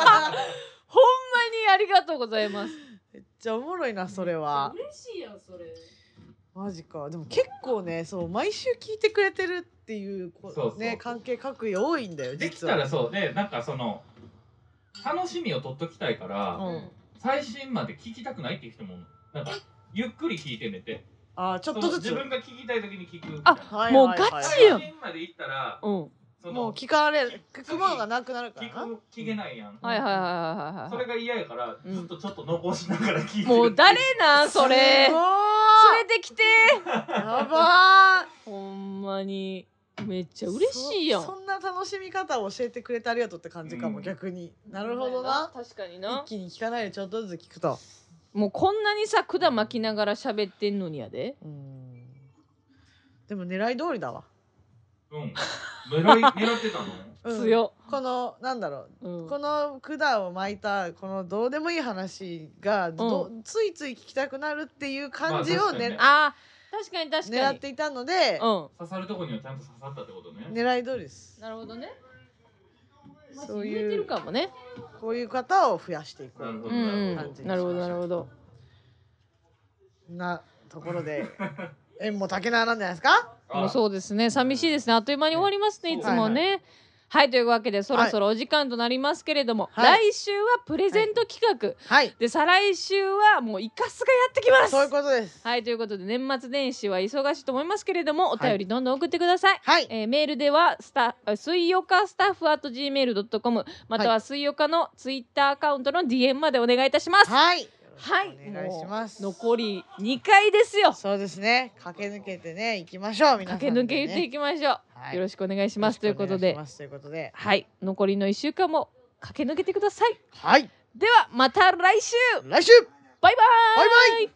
ありがとうございます。 めっちゃおもろいな、それは。 嬉しいやん、それ。 マジか。でも結構ね、そう毎週聞いてくれてるっていうこそうそうね関係各位多いんだよ。 できたらそうで、なんかその楽しみを取っときたいから、うん、最新まで聞きたくないっていう人もなんかゆっくり聞いてねて。 あ、ちょっとずつ自分が聞きたい時に聞くみたいな。 あ、はいはいはいはい、もうガチよ。 最新までいったら、 うん、 もう聞かれる聞くものがなくなるからな。聞く聞けないやん。 はいはいはいはいはい。 それが嫌やからずっとちょっと残しながら聞いてる。 もう誰なんそれ。連れてきて。 やばー。 ほんまにめっちゃ嬉しいやん。 そ, そんな楽しみ方を教えてくれてありがとうって感じかも、うん、逆に。なるほどな。 確かにな。 一気に聞かないでちょっとずつ聞くと。 もうこんなにさ管巻きながら喋ってんのにやで。うん。 でも狙い通りだわ。 うん。狙い狙ってたの？ 強、 うん、このなんだろう、うん、この管を巻いたこのどうでもいい話が、うん、ついつい聞きたくなるっていう感じをね、 まあ確かに確かに狙っていたので、 うん、刺さるところにはちゃんと刺さったってことね。 狙い通りです。 なるほどね。 そういうてるかもね。 こういう方を増やしていく感じ。なるほどなるほど。 なところで縁も竹縄なんじゃないですか。 もうそうですね。寂しいですね。あっという間に終わりますね。いつもね。はいはいはい、というわけでそろそろお時間となりますけれども、はい、来週はプレゼント企画、はい、で再来週はもうイカスがやってきます。 そういうことです。 はい、ということで年末年始は忙しいと思いますけれども、お便りどんどん送ってください。はい、えー、メールではスタ水曜日スタッフ アット ジーメール ドットコム または水曜日のツイッターアカウントの ディーエム までお願いいたします。 はい。 はい、 お願いします。 残りにかいですよ。 そうですね。駆け抜けてね、行きましょう。皆さんでね、 駆け抜けていきましょう。はい、よろしくお願いしますということで、 ということで、 はい、残りのいっしゅうかんも駆け抜けてください。 はい。 ではまた来週。 来週。 バイバーイ。 バイバイ。